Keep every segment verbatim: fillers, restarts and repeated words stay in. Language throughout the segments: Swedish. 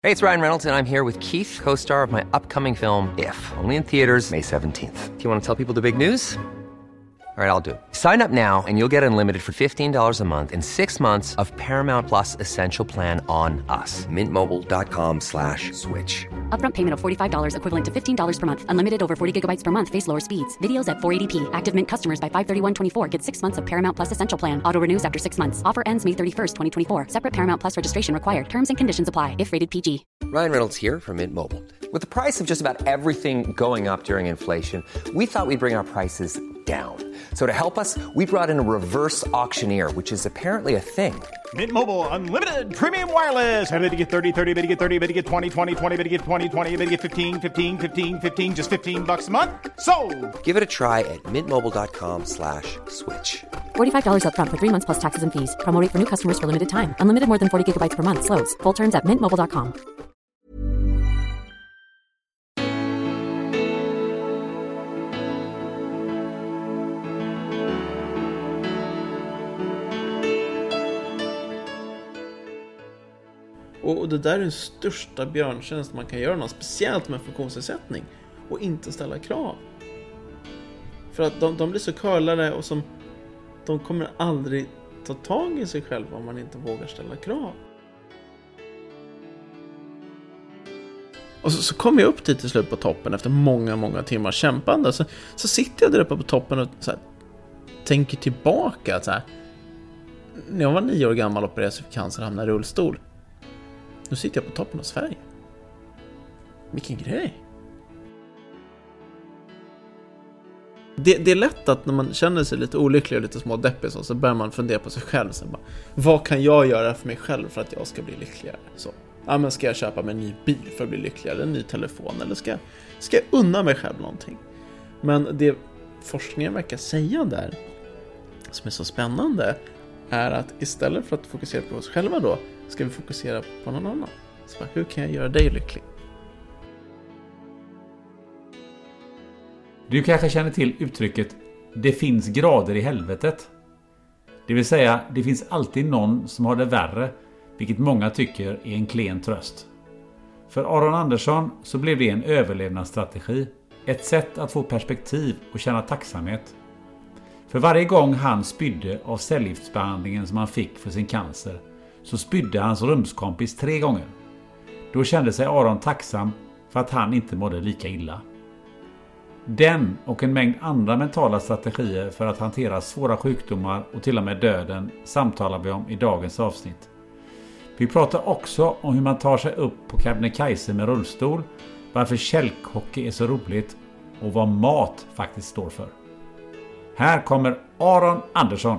Hey, it's Ryan Reynolds, and I'm here with Keith, co-star of my upcoming film, If, only in theaters May seventeenth. Do you want to tell people the big news? All right, I'll do it. Sign up now and you'll get unlimited for fifteen dollars a month and six months of Paramount Plus Essential Plan on us. Mint Mobile dot com slash switch. Upfront payment of forty-five dollars equivalent to fifteen dollars per month. Unlimited over forty gigabytes per month. Face lower speeds. Videos at four eighty p. Active Mint customers by five thirty-one twenty-four get six months of Paramount Plus Essential Plan. Auto renews after six months. Offer ends May thirty-first, twenty twenty-four. Separate Paramount Plus registration required. Terms and conditions apply if rated P G. Ryan Reynolds here from Mint Mobile. With the price of just about everything going up during inflation, we thought we'd bring our prices down. So to help us, we brought in a reverse auctioneer, which is apparently a thing. Mint Mobile Unlimited Premium Wireless. How to get thirty, thirty, bit to get thirty, bit to get twenty, twenty, twenty, bit to get twenty, twenty, bit to get fifteen, fifteen, fifteen, fifteen, just fifteen bucks a month? Sold! Give it a try at mintmobile.com slash switch. forty-five dollars upfront for three months plus taxes and fees. Promo rate for new customers for limited time. Unlimited more than forty gigabytes per month. Slows full terms at mint mobile dot com. Och det där är den största björntjänst man kan göra någon, speciellt med funktionsnedsättning, och inte ställa krav. För att de, de blir så curlade och som de kommer aldrig ta tag i sig själva om man inte vågar ställa krav. Och så, så kom jag upp dit till slut på toppen efter många, många timmar kämpande. Så, så sitter jag där uppe på toppen och så här, tänker tillbaka. Så här, när jag var nio år gammal och opererades för cancer och hamnade i rullstol. Nu sitter jag på toppen av Sverige. Vilken grej. Det, det är lätt att när man känner sig lite olycklig och lite smådeppig så, så börjar man fundera på sig själv. Så bara, vad kan jag göra för mig själv för att jag ska bli lyckligare? Så, ja, men ska jag köpa mig en ny bil för att bli lyckligare? En ny telefon? Eller ska, ska jag unna mig själv någonting? Men det forskningen verkar säga där, som är så spännande, är att istället för att fokusera på oss själva då, ska vi fokusera på någon annan. Så bara, hur kan jag göra dig lycklig? Du kanske känner till uttrycket det finns grader i helvetet. Det vill säga, det finns alltid någon som har det värre, vilket många tycker är en klen tröst. För Aron Andersson så blev det en överlevnadsstrategi, ett sätt att få perspektiv och känna tacksamhet. För varje gång han spydde av cellgiftsbehandlingen som han fick för sin cancer, så spydde hans rumskompis tre gånger. Då kände sig Aron tacksam för att han inte mådde lika illa. Den och en mängd andra mentala strategier för att hantera svåra sjukdomar och till och med döden samtalar vi om i dagens avsnitt. Vi pratar också om hur man tar sig upp på Kebnekaise med rullstol, varför kälkhockey är så roligt och vad mat faktiskt står för. Här kommer Aron Andersson.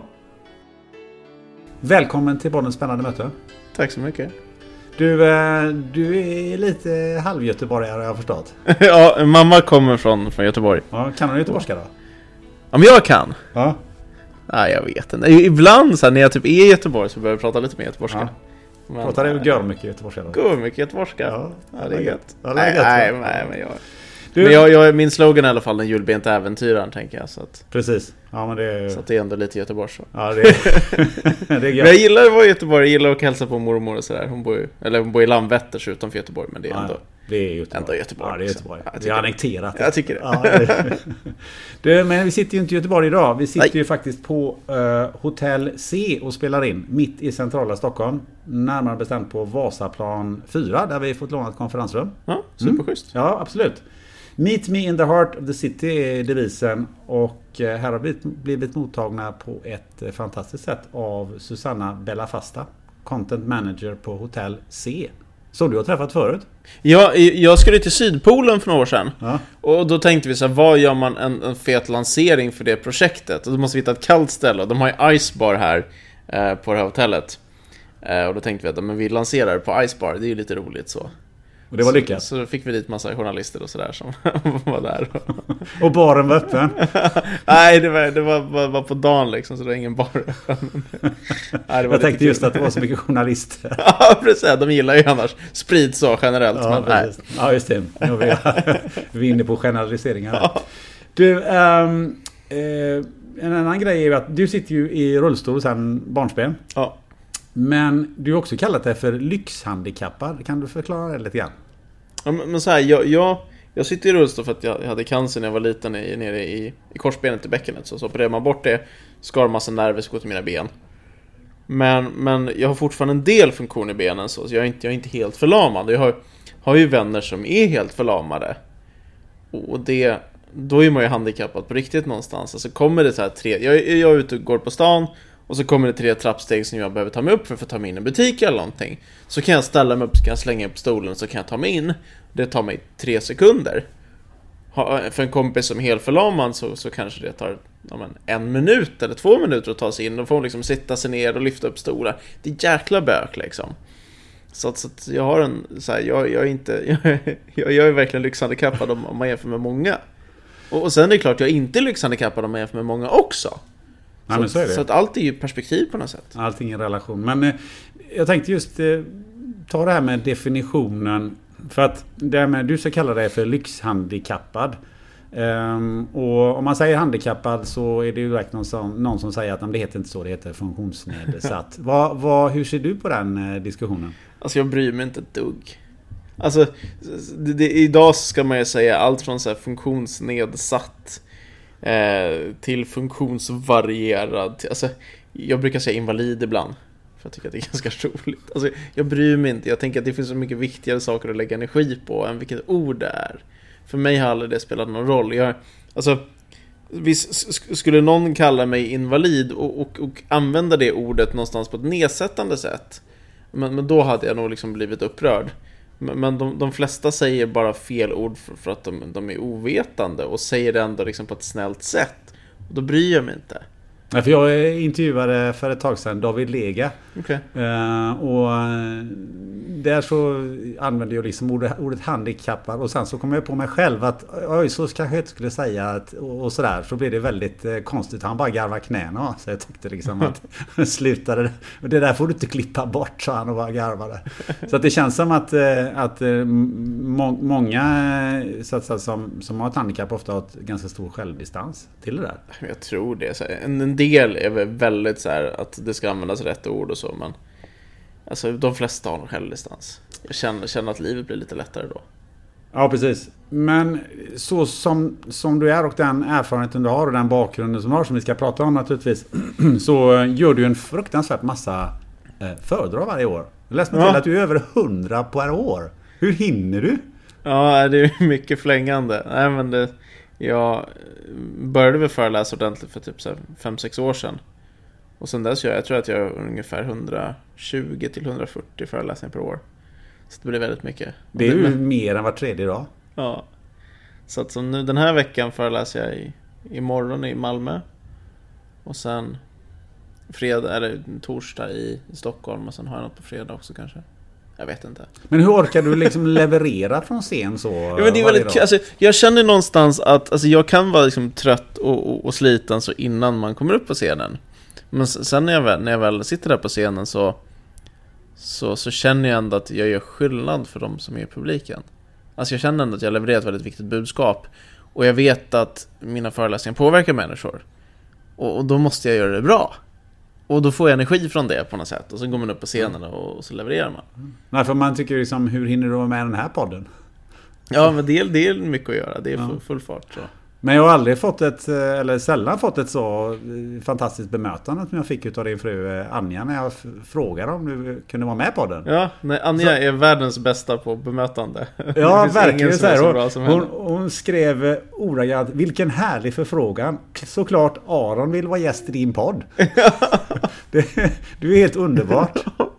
Välkommen till Bollens spännande möte. Tack så mycket. Du, du är lite halvgöteborgare, jag har förstått. Ja, mamma kommer från, från Göteborg. Ja, kan du göteborgska då? Ja, men jag kan. Ja. Nej, jag vet inte. Ibland så här, när jag typ är i Göteborg så börjar jag prata lite mer göteborgska. Ja. Men, pratar du gör mycket göteborgska då? Går mycket göteborgska. Ja, ja, det är gött. Ja, det är nej, gött, nej, ja. nej, men jag... Du... Men jag, jag, min slogan är i alla fall den julbent äventyraren, tänker jag. Så att, precis. Ja, men det är... så att det är ändå lite Göteborg så. Ja, det är... det är men jag gillar att vara i Göteborg. Jag gillar att hälsa på mormor och sådär. Hon bor ju, eller hon bor i Landvetter utanför Göteborg. Men det är ändå, ja, det är Göteborg. ändå Göteborg. Ja, det är Göteborg. Ja, det är annekterat. Jag tycker det. Ja, det... du, men vi sitter ju inte i Göteborg idag. Vi sitter Nej. ju faktiskt på uh, Hotell C och spelar in mitt i centrala Stockholm. Närmare bestämt på Vasaplan fyra, där vi fått låna ett konferensrum. Ja, superschysst. Mm. Ja, absolut. Meet me in the heart of the city är devisen, och här har vi blivit mottagna på ett fantastiskt sätt av Susanna Bellafasta, content manager på Hotell C. Så du har träffat förut? Ja, jag skulle till Sydpolen för några år sedan. Ja. Och då tänkte vi så här, vad gör man en, en fet lansering för det projektet? Och då måste vi hitta ett kallt ställe, och de har ju Icebar här eh, på det här hotellet. Eh, och då tänkte vi att men vi lanserar på Icebar, det är ju lite roligt så. Och det var lyckat. Så, så då fick vi dit massa journalister och sådär som var där. Och baren var öppen? Nej, det var, det var, var, var på dagen liksom, så det var ingen bar. Nej, det var jag tänkte just att det var så mycket journalister. Ja, precis. De gillar ju annars sprit så generellt. Ja, men, nej. Ja, just det. Nu är vi, vi är inne på generaliseringar. Ja. Du, um, uh, en annan grej är att du sitter ju i rullstol sedan barnsben. Ja. Men du har också kallat det för lyxhandikappad. Kan du förklara det lite grann? Ja, men, men så här, jag, jag, jag sitter i rullstol för att jag hade cancer när jag var liten i, nere i, i korsbenet i bäckenet. Så, så opererade man bort det, skar massa nerver så går till mina ben. Men, men jag har fortfarande en del funktion i benen, så, så jag, är inte, jag är inte helt förlamad. Jag har, har ju vänner som är helt förlamade. Och det, då är man ju handikappad på riktigt någonstans. Alltså kommer det så här tre, jag, jag är ute och går på stan, och så kommer det tre trappsteg som jag behöver ta mig upp för att få ta mig in i en butik eller någonting. Så kan jag ställa mig upp, så kan jag slänga upp stolen, så kan jag ta mig in. Det tar mig tre sekunder. För en kompis som är helt förlamad så, så kanske det tar ja, men, en minut eller två minuter att ta sig in. Då får hon liksom sitta sig ner och lyfta upp stolar. Det är jäkla bök liksom. Så att, så att jag har en så här, jag, jag är inte jag, jag är verkligen lyxhandikappad om, om man jämför med många. Och, och sen är det klart jag är inte lyxhandikappad om man jämför med många också. Ja, så, men så, är det. så att allt är ju perspektiv på något sätt. Allting är relation. Men eh, jag tänkte just eh, ta det här med definitionen. För att det med, du ska kalla det för lyxhandikappad. Um, och om man säger handikappad så är det ju direkt någon som, någon som säger att det heter inte så, det heter funktionsnedsatt. vad, vad, hur ser du på den eh, diskussionen? Alltså jag bryr mig inte ett dugg. Alltså det, det, idag ska man ju säga allt från så här funktionsnedsatt eh, till funktionsvarierad. Alltså jag brukar säga invalid ibland. Jag tycker att det är ganska roligt. Alltså, jag bryr mig inte. Jag tänker att det finns så mycket viktigare saker att lägga energi på än vilket ord det är. För mig har aldrig det spelat någon roll. Jag, alltså, visst, skulle någon kalla mig invalid och, och, och använda det ordet någonstans på ett nedsättande sätt, men, men då hade jag nog liksom blivit upprörd. Men, men de, de flesta säger bara fel ord för, för att de, de är ovetande och säger det ändå liksom på ett snällt sätt. Och då bryr jag mig inte. Ja, för jag intervjuade för ett tag sedan David Lega. Okay. Uh, och där så använde jag liksom ordet, ordet handikappad. Och sen så kom jag på mig själv att oj, så kanske jag inte skulle säga att, och sådär. Så blev det väldigt eh, konstigt. Han bara garvar knäna. Så jag tyckte liksom att slutade. Och det där får du inte klippa bort, sa han och bara garvade. Så att det känns som att, att må, många så att säga, som, som har ett handikapp ofta har ett ganska stor självdistans till det där. Jag tror det. En, en del är väl väldigt så här att det ska användas rätt ord och så, men alltså de flesta har nog självdistans. Jag känner, känner att livet blir lite lättare då. Ja, precis. Men så som, som du är och den erfarenheten du har och den bakgrunden som du har, som vi ska prata om naturligtvis, så gör du en fruktansvärt massa eh, föredrag varje år. Jag läste mig ja. till att du är över hundra per år. Hur hinner du? Ja, det är mycket flängande. Nej, men det, jag började väl föreläsa ordentligt för typ fem sex år sedan. Och sen dess, jag, jag tror att jag har ungefär hundratjugo till hundrafyrtio föreläsningar per år. Så det blir väldigt mycket. Det är ju men, mer än var tredje dag. Ja. Så att så nu, den här veckan föreläser jag i, imorgon i Malmö. Och sen fredag, eller torsdag i, i Stockholm. Och sen har jag något på fredag också kanske. Jag vet inte. Men hur orkar du liksom leverera från scen så? Ja, men det är väldigt, alltså, jag känner någonstans att alltså, jag kan vara liksom trött och, och, och sliten så innan man kommer upp på scenen. Men sen när jag väl, när jag väl sitter där på scenen så, så, så känner jag ändå att jag gör skillnad för de som är i publiken. Alltså jag känner ändå att jag levererar ett väldigt viktigt budskap. Och jag vet att mina föreläsningar påverkar människor. Och, och då måste jag göra det bra. Och då får jag energi från det på något sätt. Och så går man upp på scenen och, och så levererar man. Mm. Nej, för man tycker liksom, hur hinner du vara med i den här podden? Ja, men det är, det är mycket att göra. Det är full, full fart så. Men jag har aldrig fått ett, eller sällan fått ett så fantastiskt bemötande som jag fick av din fru Anja när jag frågade om du kunde vara med på den. Ja, nej, Anja så, är världens bästa på bemötande. Ja, verkligen så här. Så hon, hon, hon skrev ordagrant, vilken härlig förfrågan. Såklart Aron vill vara gäst i din podd. det, du är helt underbart.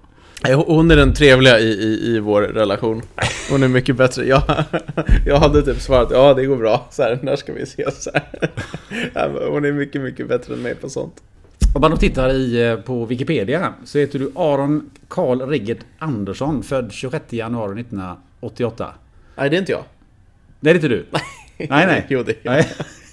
Hon är den trevliga i, i, i vår relation. Hon är mycket bättre. Jag, jag hade typ svarat, ja det går bra. Så här, när ska vi ses? Så här. Hon är mycket, mycket bättre än mig på sånt. Om man tittar i, på Wikipedia så heter du Aron Karl Riggert Andersson, född tjugosjätte januari nittonhundraåttioåtta. Nej, det är inte jag. Nej, det är inte du. Nej, nej. Jo, det är jag. Nej.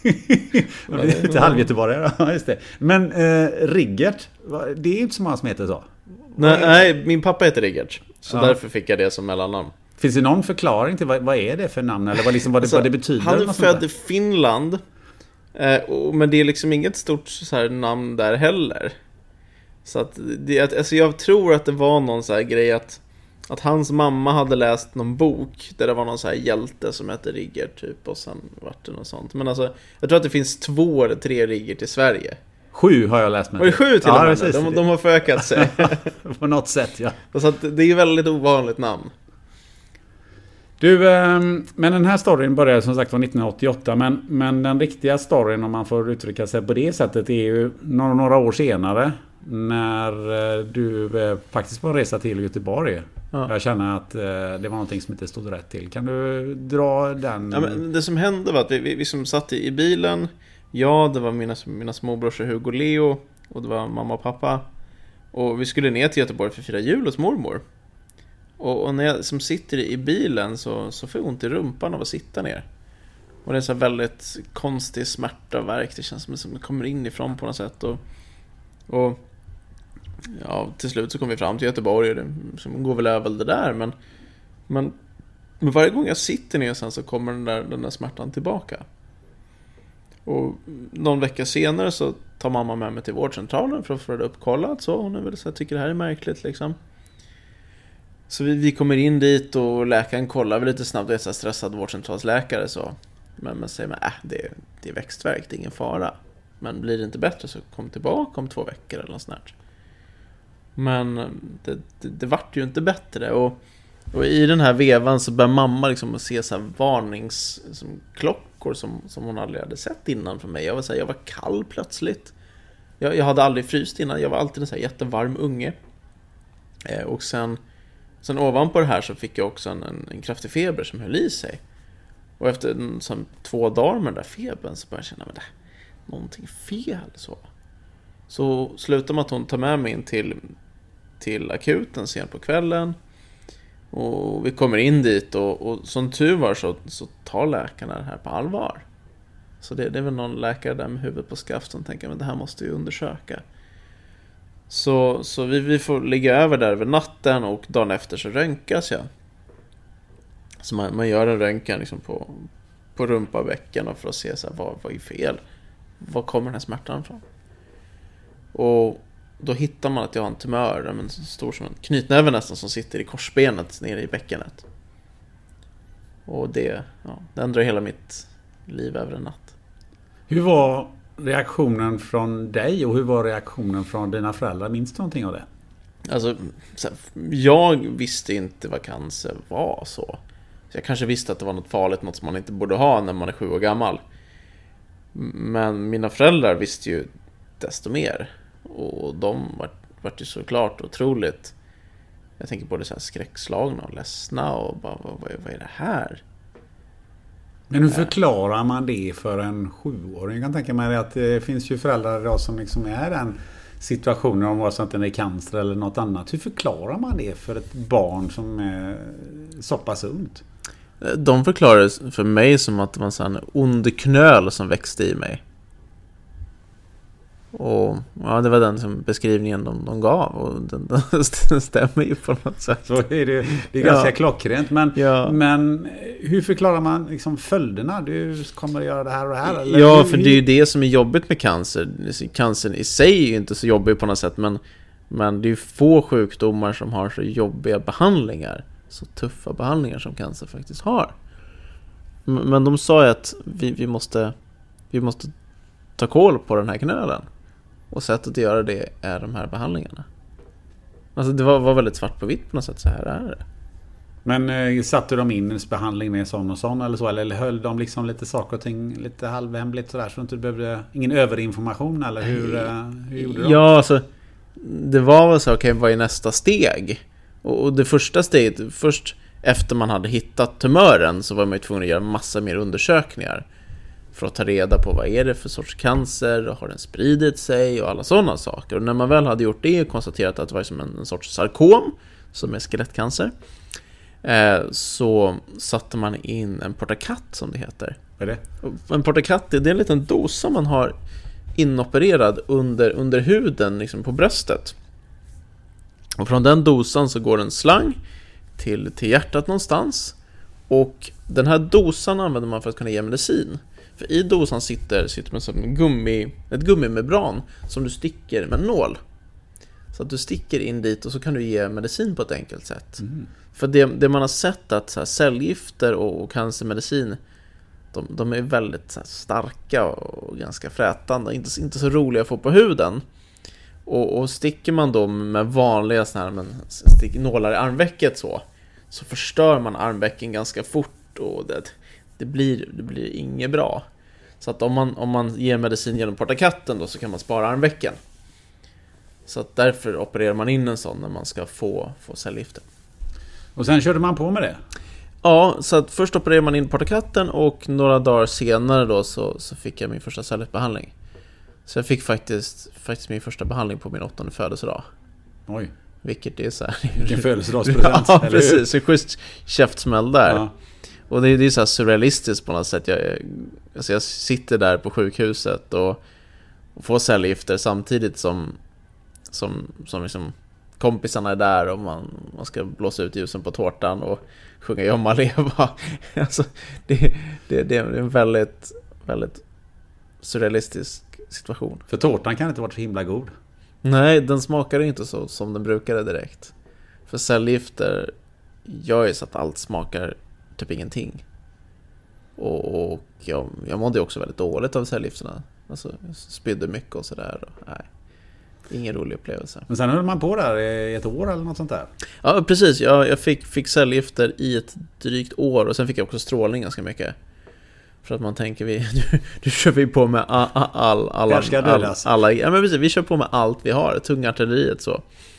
Det är inte halvgöteborgare. Ja, just det. Men eh, Riggert, det är inte så många som heter så. Nej, nej, min pappa heter Riggert. Så ja. Därför fick jag det som mellannamn. Finns det någon förklaring till vad, vad är det för namn? Eller vad, liksom, vad, det, alltså, vad det betyder? Han är född i Finland. Eh, och, men det är liksom inget stort så här namn där heller. Så att det, alltså jag tror att det var någon så här grej att, att hans mamma hade läst någon bok där det var någon så här hjälte som hette Rigger typ, och sen vart det något sånt. Men alltså, jag tror att det finns två eller tre Rigger till Sverige. Sju har jag läst med. Var det sju till ja, och med? De, de har förökat sig. På något sätt, ja. Så att det är ju väldigt ovanligt namn. Du, men den här storyn började som sagt var nittonhundraåttioåtta, men, men den riktiga storyn, om man får uttrycka sig på det sättet, är ju några, några år senare när du faktiskt var resa till Göteborg. Ja. Jag känner att det var någonting som inte stod rätt till. Kan du dra den? Ja, men det som hände var att vi, vi, vi som satt i, i bilen, ja, det var mina, mina småbrorsor Hugo och Leo, och det var mamma och pappa, och vi skulle ner till Göteborg för att fira jul hos mormor. Och, och när jag som sitter i bilen så, så får jag ont i rumpan av att sitta ner. Och det är så väldigt konstig smärta och värk. Det känns som att det kommer inifrån på något sätt. Och, och ja, till slut så kom vi fram till Göteborg, och det som går väl över det där. Men, men, men varje gång jag sitter ner sen så kommer den där, den där smärtan tillbaka. Och någon vecka senare så tar mamma med mig till vårdcentralen för att få det uppkollat. Så hon är väl så här, tycker det här är märkligt liksom. Så vi, vi kommer in dit och läkaren kollar väl lite snabbt. Det är så stressad vårdcentralsläkare så. Men man säger, äh, det, det är växtverk, det är ingen fara. Men blir det inte bättre så kom tillbaka om två veckor eller något sånt. Men det, det, det vart ju inte bättre. Och, och i den här vevan så börjar mamma liksom se så här varningsklockor som, som hon aldrig hade sett innan för mig. Jag var, så här, jag var kall plötsligt. Jag, jag hade aldrig fryst innan. Jag var alltid en så här jättevarm unge. Eh, och sen... Sen ovanpå det här så fick jag också en, en, en kraftig feber som höll i sig. Och efter en, som, två dagar med den där febern så började jag känna, men det är någonting fel så. Så slutar med att hon tar med mig in till, till akuten sen på kvällen. Och vi kommer in dit och, och som tur var så, så tar läkarna det här på allvar. Så det, det är väl någon läkare där med huvudet på skaft som tänker, men det här måste ju undersöka. Så, så vi, vi får ligga över där över natten, och dagen efter så röntgas jag. Så man, man gör en röntgen liksom på, på rumpaveckan för att se så här, vad, vad är fel. Var kommer den här smärtan ifrån? Och då hittar man att jag har en tumör, men stor som en knytnäve nästan, som sitter i korsbenet nere i bäckenet. Och det, ja, det ändrar hela mitt liv över en natt. Hur var reaktionen från dig och hur var reaktionen från dina föräldrar? Minns du någonting av det? Alltså, så här, jag visste inte vad cancer var så. Så jag kanske visste att det var något farligt, något som man inte borde ha när man är sju år gammal. Men mina föräldrar visste ju desto mer. Och de var, var ju såklart otroligt, jag tänker på det så här skräckslagna och ledsna och bara, vad, vad, vad är det här? Men hur förklarar man det för en sjuåring? Jag kan tänka mig att det finns ju föräldrar idag som liksom är i den situationen, om det inte är cancer eller något annat. Hur förklarar man det för ett barn som är så pass ungt? De förklarade för mig som att det var en sån ond knöl som växte i mig. Och ja, det var den som beskrivningen de, de gav, och den, den stämmer ju på något sätt. Så är det, det är ganska ja. klockrent, men, ja. men hur förklarar man liksom följderna? Du kommer att göra det här och det här? Eller? Ja, för det är ju det som är jobbigt med cancer. Cancern i sig är ju inte så jobbig på något sätt, men, men det är ju få sjukdomar som har så jobbiga behandlingar, så tuffa behandlingar som cancer faktiskt har. Men de sa ju att vi, vi, måste, vi måste ta koll på den här knölen. Och sättet att göra det är de här behandlingarna. Alltså det var, var väldigt svart på vitt på något sätt, så här är det. Men eh, satte de in en behandling med sån och sån eller så? Eller höll de liksom lite saker och ting lite halvhemligt sådär, så inte du behövde ingen överinformation? Eller hur, eh, hur gjorde de? Ja, alltså det var väl så, okej, okay, vad är nästa steg? Och, och det första steget, först efter man hade hittat tumören, så var man ju tvungen att göra massa mer undersökningar för att ta reda på vad är det för sorts cancer, har den spridit sig och alla sådana saker. Och när man väl hade gjort det och konstaterat att det var som en, en sorts sarkom, som är skelettcancer, eh, så satte man in en portakat, som det heter. Vad är det? En portakat, det är en liten dosa man har inopererad under, under huden liksom på bröstet. Och från den dosan så går en slang till, till hjärtat någonstans. Och den här dosan använder man för att kunna ge medicin. För i dosan sitter, sitter man som gummi, ett gummimembran som du sticker med en nål. Så att du sticker in dit och så kan du ge medicin på ett enkelt sätt. Mm. För det, det man har sett att så här, cellgifter och, och cancermedicin, de, de är väldigt så här, starka och ganska frätande, inte, inte så roliga att få på huden. Och, och sticker man då med vanliga såna här, men stick, nålar i armvecket så, så förstör man armvecken ganska fort och det, det, blir, det blir inget bra. Så att om man, om man ger medicin genom portakatten då, så kan man spara armvecken. Så att därför opererar man in en sån när man ska få, få cellgifter. Och sen körde man på med det? Ja, så att först opererar man in portakatten och några dagar senare då så, så fick jag min första cellgiftbehandling. Så jag fick faktiskt, faktiskt min första behandling på min åttonde födelsedag. Oj. Vilket är så här... Vilken födelsedagspresent. Ja, precis. Så schysst käftsmäll där. Ja. Och det är, det är så här surrealistiskt på något sätt. Jag, alltså jag sitter där på sjukhuset och, och får cellgifter samtidigt som, som, som liksom kompisarna är där och man, man ska blåsa ut ljusen på tårtan och sjunga Jomma leva. Alltså, det, det, det är en väldigt, väldigt surrealistisk situation. För tårtan kan inte vara så himla god. Nej, den smakar inte så som den brukade direkt. För cellgifter gör ju så att allt smakar typ ingenting. Och, och jag, jag mådde också väldigt dåligt av cellgifterna. Alltså, jag spydde mycket och sådär. Nej, ingen rolig upplevelse. Men sen höll man på där i ett år eller något sånt där? Ja, precis. Jag, jag fick, fick cellgifter i ett drygt år. Och sen fick jag också strålning ganska mycket. För att man tänker, vi, nu, nu kör vi på med all, all, alla, all, alla, ja, men precis, vi kör på med allt vi har, tunga artilleriet så.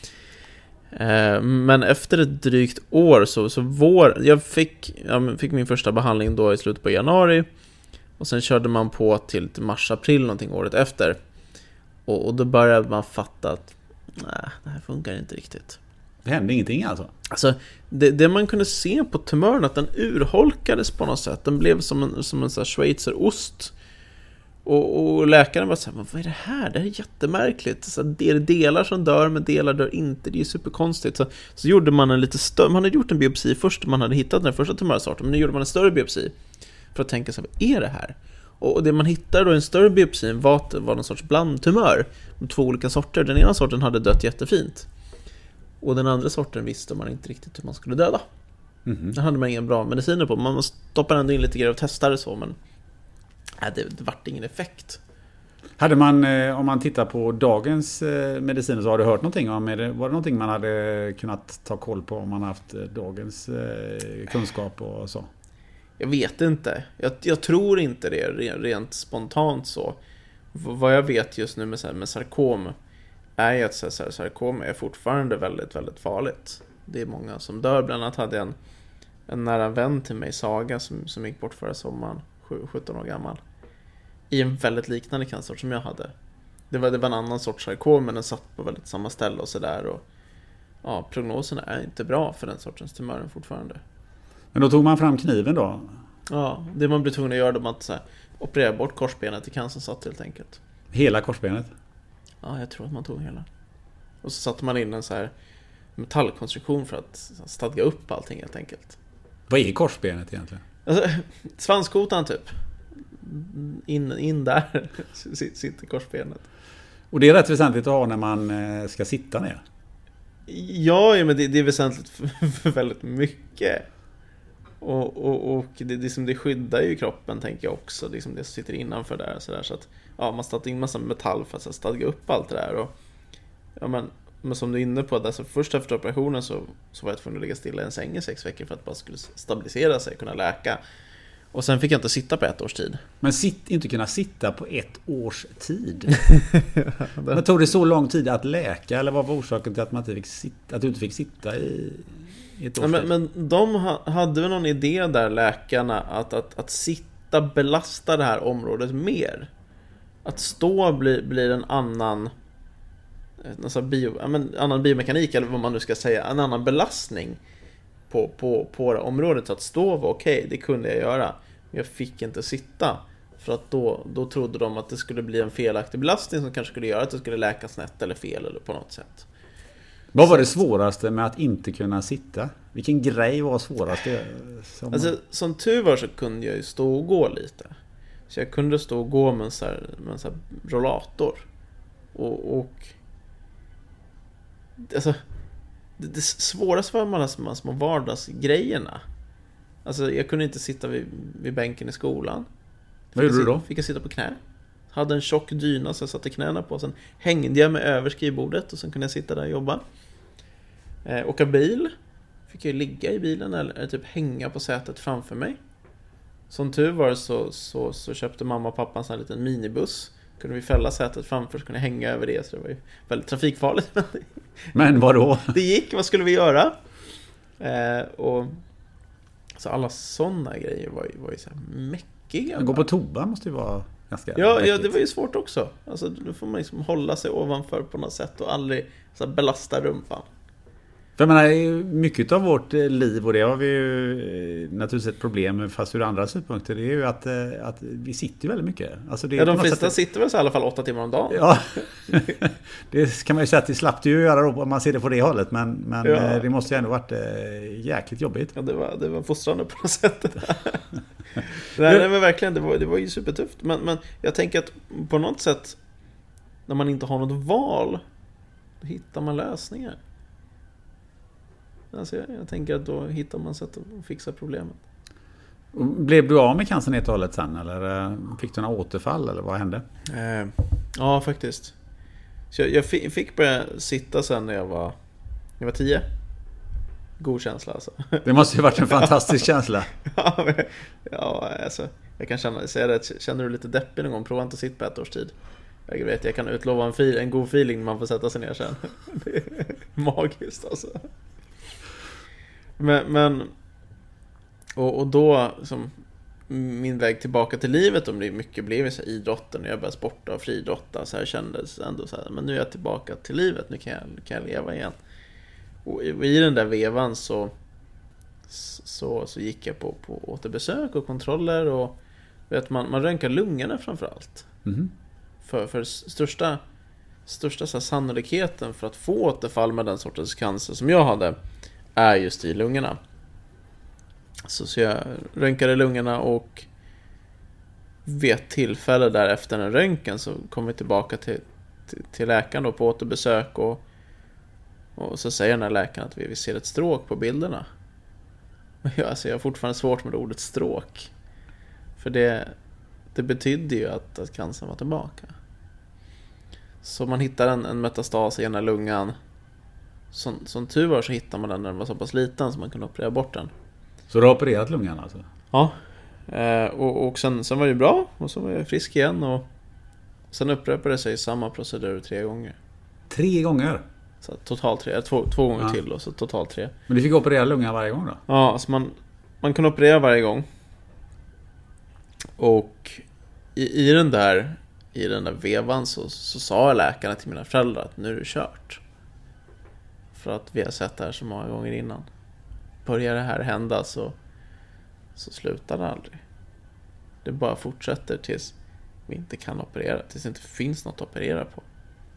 Eh, men efter ett drygt år så, så vår, jag fick, jag fick min första behandling då i slutet på januari. Och sen körde man på till, till mars-april någonting året efter. Och, och då började man fatta att nej, det här funkar inte riktigt. Det hände ingenting alltså? Alltså, det, det man kunde se på tumören, att den urholkades på något sätt. Den blev som en, som en sån här schweizerost. Och, och läkaren var så här, vad är det här? Det här är jättemärkligt. Så det är delar som dör, men delar dör inte. Det är superkonstigt. Så, så gjorde man en lite större, man hade gjort en biopsi först, man hade hittat den första tumörsorten, men nu gjorde man en större biopsi för att tänka så här, vad är det här? Och det man hittade då i en större biopsi var att det var någon sorts blandtumör med två olika sorter. Den ena sorten hade dött jättefint. Och den andra sorten visste man inte riktigt hur man skulle döda. Mm-hmm. Den hade man ingen bra mediciner på. Man stoppade ändå in lite grejer och testade så, men nej, det, det vart ingen effekt. Hade man, om man tittar på dagens mediciner, så har du hört någonting om det? Var det någonting man hade kunnat ta koll på om man haft dagens kunskap och så? Jag vet inte. Jag, jag tror inte det rent, rent spontant så. V- vad jag vet just nu med, så här, med sarkom är ju att så här, sarkom är fortfarande väldigt, väldigt farligt. Det är många som dör. Bland annat hade jag en, en nära vän till mig, Saga, som, som gick bort förra sommaren, sjutton år gammal, i en väldigt liknande cancer som jag hade. Det var, det var en annan sorts sarkom, men den satt på väldigt samma ställe och sådär. Och ja, prognoserna är inte bra för den sortens tumören fortfarande. Men då tog man fram kniven då? Ja, det man blev tvungen att göra då, att så här, operera bort korsbenet i cancern satt helt enkelt. Hela korsbenet? Ja, jag tror att man tog hela. Och så satte man in en så här metallkonstruktion för att stadga upp allting helt enkelt. Vad är korsbenet egentligen? Alltså, svanskotan typ. In, in där sitter korsbenet. Och det är rätt väsentligt att ha när man ska sitta ner? Ja, men det, det är väsentligt för, för väldigt mycket. Och, och, och det, det, som det skyddar ju kroppen, tänker jag också. Det, som det sitter innanför där. Så, där, så att ja, man satt in massa metall för att så, stadga upp allt det där. Och, ja, men, men som du är inne på, där, så först efter operationen så, så var jag tvungen att ligga stilla i en säng i sex veckor för att bara skulle stabilisera sig, kunna läka. Och sen fick jag inte sitta på ett års tid. Men sitt, inte kunna sitta på ett års tid? Men tog det så lång tid att läka? Eller vad var orsaken till att, man inte fick sitta, att du inte fick sitta i, i ett års ja, tid? men, men de ha, hade väl någon idé där, läkarna, att, att, att sitta belasta det här området mer. Att stå blir, blir en annan, alltså bio, ja, men, annan biomekanik, eller vad man nu ska säga, en annan belastning på, på, på det området. Så att stå var okej, okay, det kunde jag göra. Men jag fick inte sitta. För att då, då trodde de att det skulle bli en felaktig belastning som kanske skulle göra att det skulle läka snett eller fel eller på något sätt. Vad var det svåraste med att inte kunna sitta? Vilken grej var svårast? Som... Alltså, som tur var så kunde jag ju stå och gå lite. Så jag kunde stå och gå med en sån här, med en sån här rollator. Och, och alltså, det, det svåraste var de här små, små vardagsgrejerna. Alltså jag kunde inte sitta vid, vid bänken i skolan. Vad gjorde du då? Fick jag sitta på knä. Hade en tjock dyna så jag satte knäna på. Sen hängde jag mig över skrivbordet och sen kunde jag sitta där och jobba. Eh, åka bil. Fick jag ligga i bilen eller, eller typ hänga på sätet framför mig. Som tur var så, så, så köpte mamma och pappa en sån här liten minibuss. Kunde vi fälla sätet framför så kunde jag hänga över det. Så det var ju väldigt trafikfarligt. Men vadå? Det gick, vad skulle vi göra? Eh, och så alla sådana grejer var ju, var ju så här mäckiga. Att gå på toa måste ju vara ganska ja, mäckigt. ja, det var ju svårt också. Alltså, då får man liksom hålla sig ovanför på något sätt och aldrig så här, belasta rumpan. För jag menar, mycket av vårt liv, och det har vi ju naturligtvis ett problem med, fast ur andra synpunkter, det är ju att, att vi sitter väldigt mycket. Alltså det är ja, de flesta sätt... sitter väl så i alla fall åtta timmar om dagen. Ja, det kan man ju säga att det slapp ju göra då, om man ser det på det hållet, men, men ja. Det måste ju ändå varit jäkligt jobbigt. Ja, det var, det var fostrande på något sätt. nej, nej, men verkligen, det var, det var ju supertufft. Men, men jag tänker att på något sätt, när man inte har något val, då hittar man lösningar. Alltså jag, jag tänker att då hittar man sätt att fixa problemet. Blev du av med cancern helt och hållet sen? Eller fick du några återfall? Eller vad hände? Eh, ja, faktiskt. Så jag, jag fick börja sitta sen när jag var, jag var tio. God känsla alltså. Det måste ju varit en fantastisk känsla. ja, men, ja, alltså. Jag kan känna, säga det, känner du lite deppig någon gång? Prova inte att sitta på ett års tid. Jag vet, jag kan utlova en, fil, en god feeling när man får sätta sig ner sen. Det är magiskt alltså. Men, men och, och då som min väg tillbaka till livet, om det mycket blev så här, idrotten, när jag började sporta och friidrotta, så här kändes ändå så här, men nu är jag tillbaka till livet, nu kan jag, kan jag leva igen. Och i, och i den där vevan så, så, så gick jag på, på återbesök och kontroller, och vet, man, man röntgar lungorna framförallt. Mm. För, för största, största så här, sannolikheten för att få återfall med den sortens cancer som jag hade är just i lungorna. Så, så jag röntgade lungorna, och vid ett tillfälle där efter en röntgen så kom vi tillbaka till, till, till läkaren då på återbesök, och, och så säger den här läkaren att vi, vi ser ett stråk på bilderna. Jag, alltså jag har fortfarande svårt med ordet stråk, för det, det betydde ju att, att cancern var tillbaka. Så man hittar en, en metastas i ena lungan. Som, som tur var så hittade man den när den var så pass liten så man kunde operera bort den. Så du har opererat lungan alltså? Ja, eh, och, och sen, sen var det bra, och så var jag frisk igen, och sen upprepade sig samma procedur tre gånger. Tre gånger? Så totalt tre, två, två gånger ja. till, och så totalt tre. Men du fick operera lungan varje gång då? Ja, alltså man, man kunde operera varje gång. Och i, i den där i den där vevan så, så sa läkarna till mina föräldrar att nu är det kört. För att vi har sett det här så många gånger innan. Börjar det här hända så, så slutar det aldrig. Det bara fortsätter tills vi inte kan operera. Tills det inte finns något att operera på.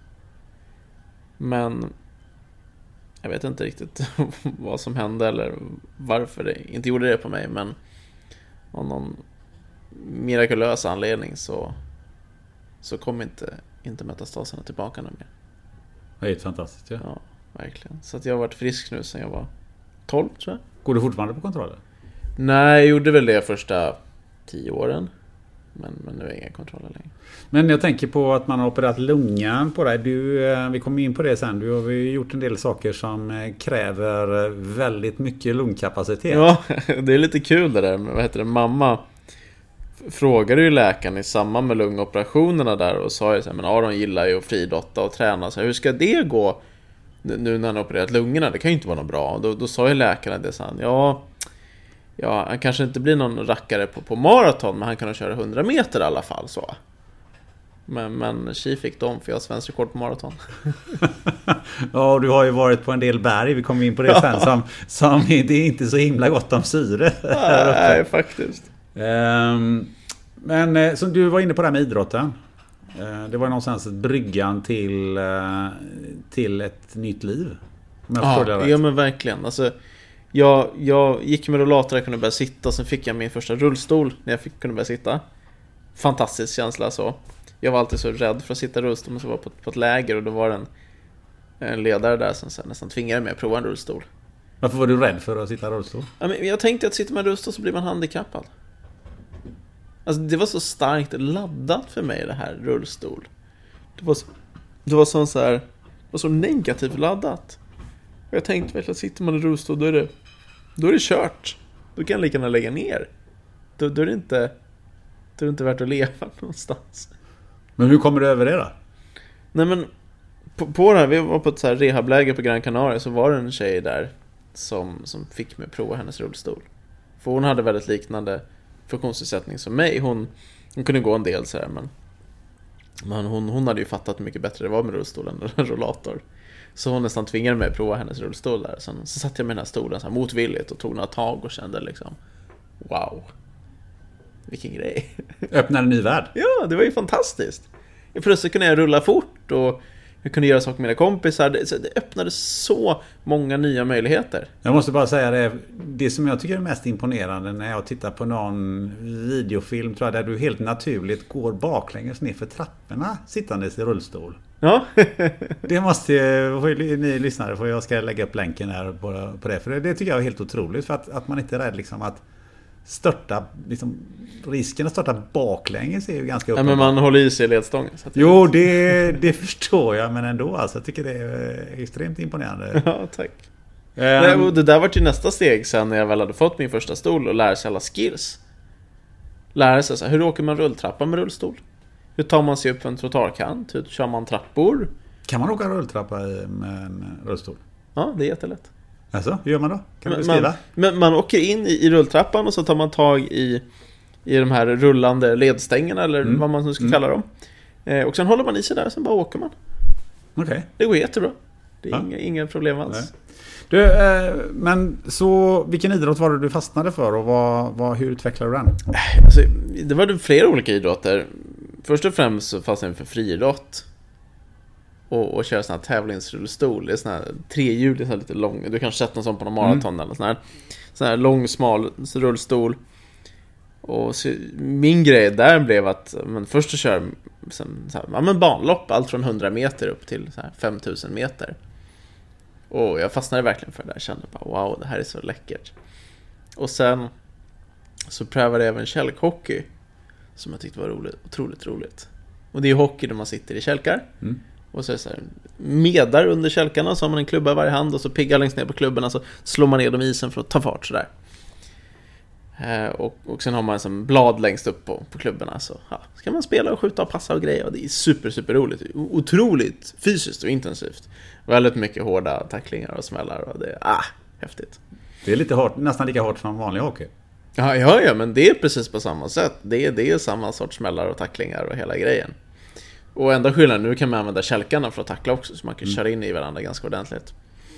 Men jag vet inte riktigt vad som hände eller varför det inte gjorde det på mig. Men av någon mirakulös anledning så, så kom inte, inte metastaserna tillbaka nu mer. Det är helt fantastiskt, ja. Ja, verkligen. Så att jag har varit frisk nu sedan jag var tolv, tror jag. Går du fortfarande på kontroller? Nej, jag gjorde väl det första tio åren. Men, men nu är jag inga kontroller längre. Men jag tänker på att man har opererat lungan på dig. Du, vi kommer in på det sen. Du har ju gjort en del saker som kräver väldigt mycket lungkapacitet. Ja, det är lite kul det där. Vad heter det? Mamma frågade ju läkaren i samband med lungoperationerna där och sa ju så här, men Aron gillar ju att fridotta och träna. Så här, hur ska det gå nu när han har opererat lungorna? Det kan ju inte vara något bra. Då, då sa ju läkaren det, så han, ja... Ja, han kanske inte blir någon rackare på, på maraton, men han kan köra hundra meter i alla fall så. Men, men Tji fick dem, för jag har svensk rekord på maraton. Ja, du har ju varit på en del berg, vi kommer in på det sen, som, som det är inte så himla gott om syre. Nej, faktiskt. Um, men som du var inne på det här med idrotten. Uh, det var någonstans ett bryggan till, uh, till ett nytt liv. Ja, ja, men verkligen. Alltså... Jag, jag gick med rollator, jag kunde börja sitta. Sen fick jag min första rullstol när jag fick kunde börja sitta. Fantastisk känsla så. Jag var alltid så rädd för att sitta i rullstol, men så var jag på, på ett läger och då var det en, en ledare där som så här, nästan tvingade mig att prova en rullstol. Varför var du rädd för att sitta i rullstol? Ja, men jag tänkte att sitter man i rullstol så blir man handikappad. Alltså det var så starkt laddat för mig det här rullstol. Det var så, det var sån så här, det var så negativt laddat. Och jag tänkte väl att sitter man i rullstol då är det då är det kört. Då kan jag lika gärna lägga ner. Då, då är det inte då är det inte värt att leva någonstans. Men hur kommer du över det då? Nej men på, på det här, vi var på ett så här rehabläger på Gran Canaria, så var det en tjej där som, som fick mig att prova hennes rullstol. För hon hade väldigt liknande funktionsnedsättning som mig. Hon, hon kunde gå en del så här, men, men hon, hon hade ju fattat hur mycket bättre det var med rullstolen än en rollator. Så hon nästan tvingade mig att prova hennes rullstol där. Sen, så satt jag med den här stolen så här motvilligt och tog några tag och kände liksom, wow, vilken grej. Öppnade en ny värld. Ja, det var ju fantastiskt. Plötsligt kunde jag rulla fort och jag kunde göra saker med mina kompisar. Det, det öppnade så många nya möjligheter. Jag måste bara säga det. Det som jag tycker är mest imponerande när jag tittar på någon videofilm, tror jag, där du helt naturligt går baklänges ner för trapporna sittandes i rullstol. Ja. Det måste ju, ni lyssnare, för jag ska lägga upp länken här på, på det. För det, det tycker jag är helt otroligt. För att, att man inte är rädd liksom att störta, liksom, risken att starta baklänges är ju ganska uppenbar. Ja, men man håller i sig i ledstången. Så att jo, det, det förstår jag, men ändå alltså, jag tycker det är extremt imponerande. Ja, tack. Um, Nej, det där var ju nästa steg sen när jag väl hade fått min första stol och lära sig alla skills. Lära sig så här, hur åker man rulltrappa med rullstol? Hur tar man sig upp för en trottoarkant? Hur kör man trappor? Kan man åka rulltrappa med en rullstol? Ja, det är jättelätt. Alltså, hur gör man då? Kan men, du beskriva? Man, men man åker in i, i rulltrappan och så tar man tag i, i de här rullande ledstängerna eller mm. vad man nu ska mm. kalla dem. Eh, och sen håller man i sig där och sen bara åker man. Okej. Okay. Det går jättebra. Det är ja. inga, inga problem alls. Nej. Du, eh, men så vilken idrott var det du fastnade för och vad, vad, hur utvecklade du den? Alltså, det var flera olika idrotter. Först och främst så fastnade jag för friidrott. Och, och köra sån här tävlingsrullstol. Det är sån här trehjulig, så här lite lång. Du kanske sett någon sån på någon maraton mm. eller sån här. Sån här lång, smal rullstol. Och så, min grej där blev att men först att köra så här, ja, men banlopp. Allt från hundra meter upp till så här fem tusen meter. Och jag fastnade verkligen för det där. Jag kände bara, wow, det här är så läckert. Och sen så prövade jag även kälkhockey. Som jag tyckte var roligt, otroligt roligt. Och det är hockey där man sitter i kälkar. Mm. Och så är det så här, medar under kälkarna, så har man en klubba i varje hand och så piggar längst ner på klubborna, så slår man ner dem i isen för att ta fart sådär. Eh, och, och sen har man en blad längst upp på, på klubborna, så ja, ska man spela och skjuta och passa och grejer, och det är super, super roligt. Otroligt fysiskt och intensivt. Väldigt mycket hårda tacklingar och smällar, och det är ah, häftigt. Det är lite hårt, nästan lika hårt som vanlig hockey. Ja, ja, ja, men det är precis på samma sätt. Det är, det är samma sorts smällar och tacklingar och hela grejen. Och enda skillnaden, nu kan man använda kälkarna för att tackla också, så man kan mm. köra in i varandra ganska ordentligt.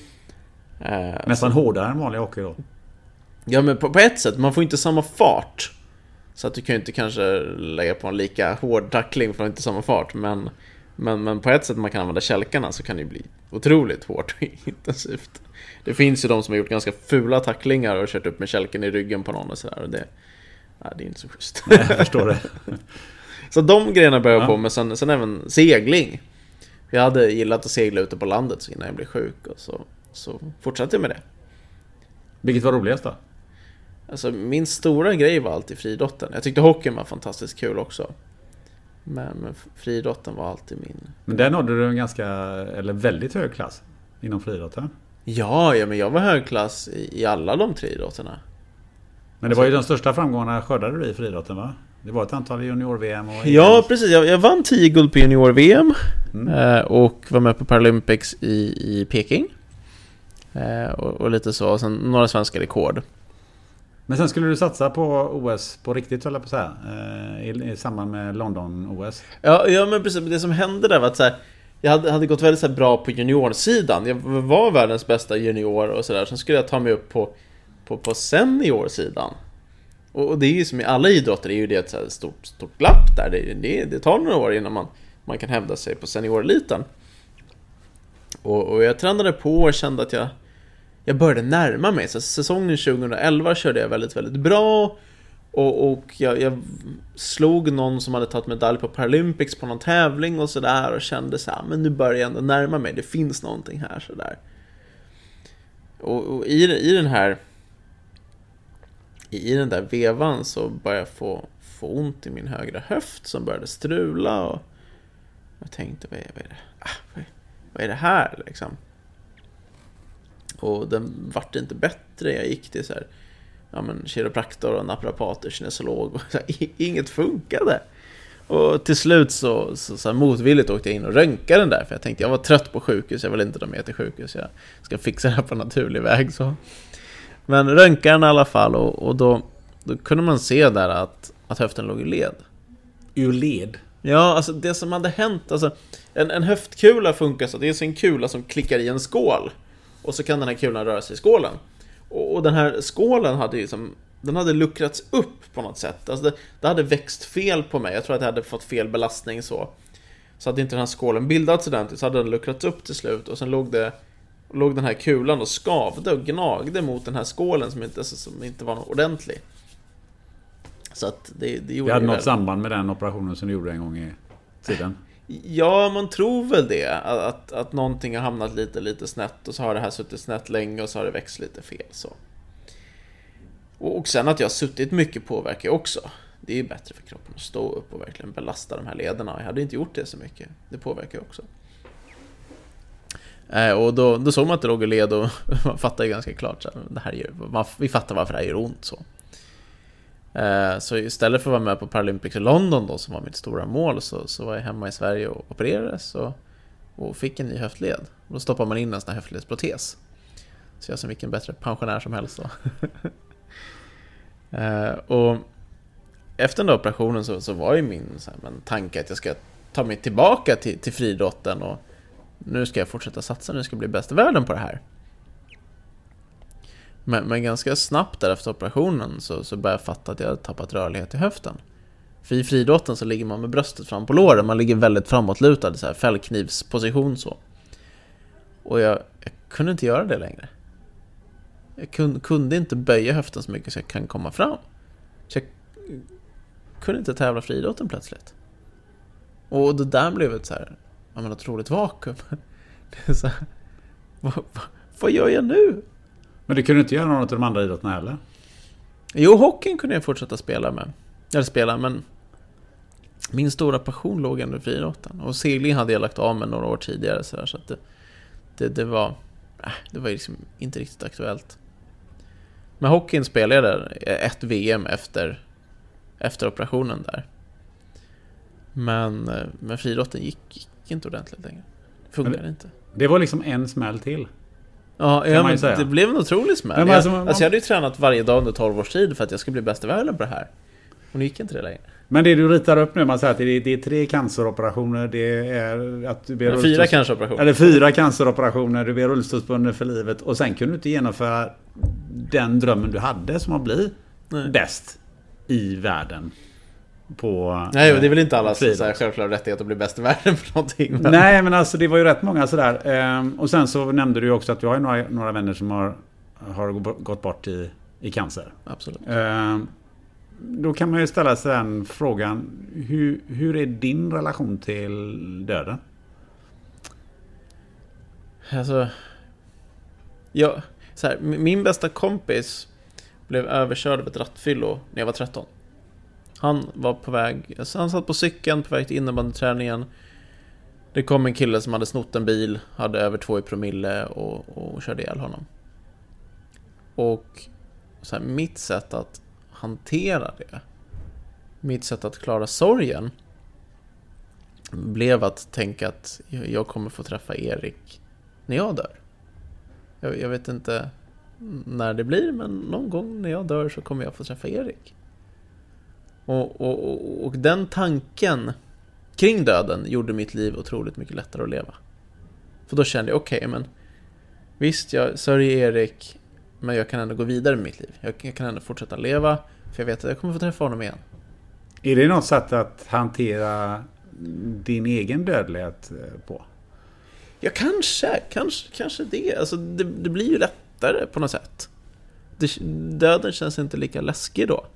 Eh, Nästan så, hårdare än vanlig hockey då? Ja, men på, på ett sätt, man får inte samma fart. Så att du kan ju inte kanske lägga på en lika hård tackling för att inte samma fart. Men, men, men på ett sätt man kan använda kälkarna, så kan det bli otroligt hårt och intensivt. Det finns ju de som har gjort ganska fula tacklingar och kört upp med kälken i ryggen på någon och sådär. Och det, ja, det är inte så schysst. Nej, jag förstår det. Så de grejerna började jag ja. på, men sen, sen även segling. Jag hade gillat att segla ute på landet så innan jag blev sjuk, och så, så fortsatte jag med det. Vilket var roligast då? Alltså, min stora grej var alltid friidrotten. Jag tyckte hockeyn var fantastiskt kul också. Men, men friidrotten var alltid min. Men där nådde du en ganska, eller väldigt hög klass inom friidrotten. Ja, ja, men jag var högklass i, i alla de tre idrotterna. Men det var ju de största framgångarna skördade du i friidrotten, va? Det var ett antal junior-V M och... Ja, precis. Jag, jag vann tio guld på junior-V M mm. eh, och var med på Paralympics i, i Peking. Eh, och, och lite så. Och sen några svenska rekord. Men sen skulle du satsa på O S på riktigt, eller på så här, eh, i, i samband med London-O S. Ja, ja, men precis. Det som hände där var att så här, jag hade, hade gått väldigt så här, bra på juniorsidan. Jag var världens bästa junior och sådär. Sen skulle jag ta mig upp på, på, på seniorsidan. Och det är ju som i alla idrotter, det är ju det ett så här stort, stort glapp där. Det, det, det tar några år innan man, man kan hävda sig på senioreliten. Och, och jag tränade på och kände att jag, jag började närma mig. Så säsongen tjugoelva körde jag väldigt, väldigt bra. Och, och jag, jag slog någon som hade tagit medalj på Paralympics på någon tävling och sådär. Och kände så här, men nu börjar jag ändå närma mig. Det finns någonting här sådär. Och, och i, i den här i den där vevan så började jag få, få ont i min högra höft som började strula. Och jag tänkte, vad är, vad är det? Ah, vad, är, vad är det här liksom? Och den vart inte bättre. Jag gick till så här, ja men kiropraktor och naprapater, kinesolog och så här, inget funkade. Och till slut så, så, så här, motvilligt åkte jag in och röntgade den där, för jag tänkte, jag var trött på sjukhus, jag vill inte de med till sjukhus, jag ska fixa det här på naturlig väg så. Men röntgade den i alla fall, och, och då, då kunde man se där att, att höften låg i led. Ur led? Ja, alltså det som hade hänt, alltså en, en höftkula funkar så, det är en kula som klickar i en skål, och så kan den här kulan röra sig i skålen. Och, och den här skålen hade ju som, den hade luckrats upp på något sätt. Alltså det, det hade växt fel på mig. Jag tror att jag hade fått fel belastning så. Så hade inte den här skålen bildats ordentligt, så hade den luckrats upp till slut. Och sen låg, det, låg den här kulan och skavde och gnagde mot den här skålen som inte, som inte var någon ordentlig. Så att det, det gjorde det hade något väl samband med den operationen som du gjorde en gång i tiden. Ja, man tror väl det. Att, att, att någonting har hamnat lite, lite snett. Och så har det här suttit snett länge och så har det växt lite fel så. Och, och sen att jag har suttit mycket påverkar också. Det är ju bättre för kroppen att stå upp och verkligen belasta de här lederna. Jag hade inte gjort det så mycket. Det påverkar också. Eh, och då, då såg man att det låg i led och man fattade ju ganska klart så här, det här gör, man, vi fattar varför det här gör ont så. Eh, så istället för att vara med på Paralympics i London då, som var mitt stora mål, så, så var jag hemma i Sverige och opererades och, och fick en ny höftled. Och då stoppar man in en sån här höftledsprotes. Så jag som vilken bättre pensionär som helst då. eh, och efter den där operationen så, så var ju min så här, men, tanke att jag ska ta mig tillbaka till, till friidrotten, och nu ska jag fortsätta satsa, nu ska jag bli bäst i världen på det här. Men, men ganska snabbt där efter operationen så, så började jag fatta att jag hade tappat rörlighet i höften. För i friidrotten så ligger man med bröstet fram på låren. Man ligger väldigt framåtlutad, så här fällknivsposition så. Och jag, jag kunde inte göra det längre. Jag kunde, kunde inte böja höften så mycket så jag kan komma fram. Så jag kunde inte tävla friidrotten plötsligt. Och det där blev ett så här, jag menar, otroligt vakuum. Det är så här, vad, vad, vad gör jag nu? Men du kunde inte göra något av de andra idrotterna heller? Jo, hockeyn kunde jag fortsätta spela med. Eller spela, men min stora passion låg ändå i friidrotten. Och segling hade jag lagt av med några år tidigare. Så, där, så att det, det, det var det var liksom inte riktigt aktuellt. Men hockeyn spelade jag där ett V M efter, efter operationen där. Men, men friidrotten gick, gick inte ordentligt längre. Funkade inte. Det var liksom en smäll till. Ja, ja men det blev en otrolig smäll. Ja, alltså, jag, alltså jag hade ju tränat varje dag under tolv års tid för att jag skulle bli bäst i världen på det här. Och nu gick inte det längre. Men det du ritar upp nu, man säger att det är, det är tre canceroperationer, det är att du blir fyra canceroperationer. Eller fyra canceroperationer, du blir rullstolsbunden för livet, och sen kunde du inte genomföra den drömmen du hade som att bli Nej. bäst i världen. På, Nej, det är väl inte alla så här självklar rättighet att bli bäst i världen för någonting. Men... Nej, men alltså det var ju rätt många sådär. Ehm, och sen så nämnde du ju också att du har ju några, några vänner som har, har gått bort i, i cancer. Absolut. Ehm, då kan man ju ställa sig den frågan, hur, hur är din relation till döden? Alltså, ja, så här, min bästa kompis blev överkörd av ett rattfyllo när jag var tretton. Han var på väg, alltså han satt på cykeln på väg till innebandyträningen. Det kom en kille som hade snott en bil, hade över två i promille och, och körde ihjäl honom. Och så här, mitt sätt att hantera det, mitt sätt att klara sorgen, blev att tänka att jag kommer få träffa Erik när jag dör. Jag, jag vet inte när det blir, men någon gång när jag dör så kommer jag få träffa Erik. Och, och, och, och den tanken kring döden gjorde mitt liv otroligt mycket lättare att leva. För då kände jag, okej, okay, men visst, jag sörjer Erik, men jag kan ändå gå vidare med mitt liv. Jag, jag kan ändå fortsätta leva, för jag vet att jag kommer få träffa honom igen. Är det något sätt att hantera din egen dödlighet på? Ja, kanske, kanske, kanske det. Alltså, det, det blir ju lättare på något sätt. Det, döden känns inte lika läskig då.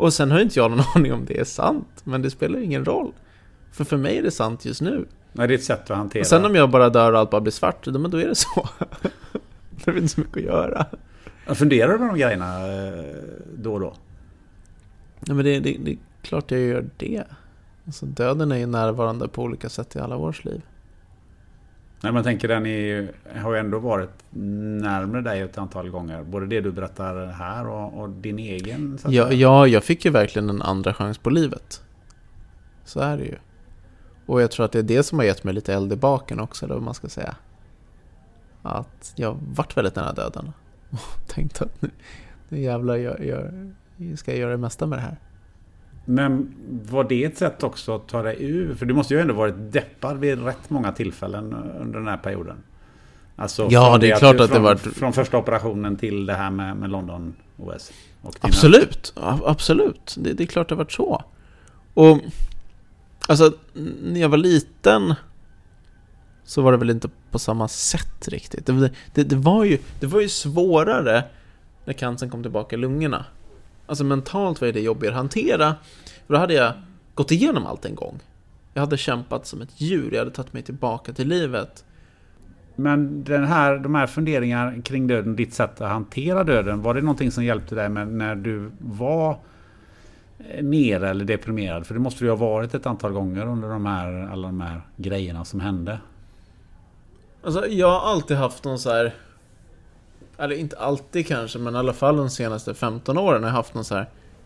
Och sen har inte jag någon aning om det är sant. Men det spelar ingen roll. För för mig är det sant just nu. Nej, det är ett sätt att hantera. Och sen om jag bara dör och allt bara blir svart, då, men då är det så. Det är inte så mycket att göra. Jag funderar på de grejerna då och då. Ja, men det, det, det är klart jag gör det. Alltså, döden är ju närvarande på olika sätt i alla vårs liv. Nej, man tänker den är, har ju ändå varit närmare dig ett antal gånger. Både det du berättar här och, och din egen. Så ja, ja, jag fick ju verkligen en andra chans på livet. Så är det ju. Och jag tror att det är det som har gett mig lite eld i baken också, eller vad man ska säga. Att jag varit väldigt nära döden. Och tänkte att nu, nu jävlar jag, jag, jag ska göra det mesta med det här. Men var det ett sätt också att ta dig ur? För du måste ju ändå varit deppad vid rätt många tillfällen under den här perioden. Alltså ja, det är klart att, att från, det var... Från första operationen till det här med, med London O S. Och absolut, ja, absolut. Det, det är klart det har varit så. Och alltså, när jag var liten så var det väl inte på samma sätt riktigt. Det, det, det, var, ju, det var ju svårare när cancern kom tillbaka i lungorna. Alltså mentalt var det jobbigare att hantera. För då hade jag gått igenom allt en gång. Jag hade kämpat som ett djur. Jag hade tagit mig tillbaka till livet. Men den här, de här funderingarna kring döden, ditt sätt att hantera döden, var det någonting som hjälpte dig med när du var nere eller deprimerad? För det måste ju ha varit ett antal gånger under de här, alla de här grejerna som hände. Alltså jag har alltid haft någon så här, eller inte alltid kanske, men i alla fall de senaste femton åren har jag haft någon så här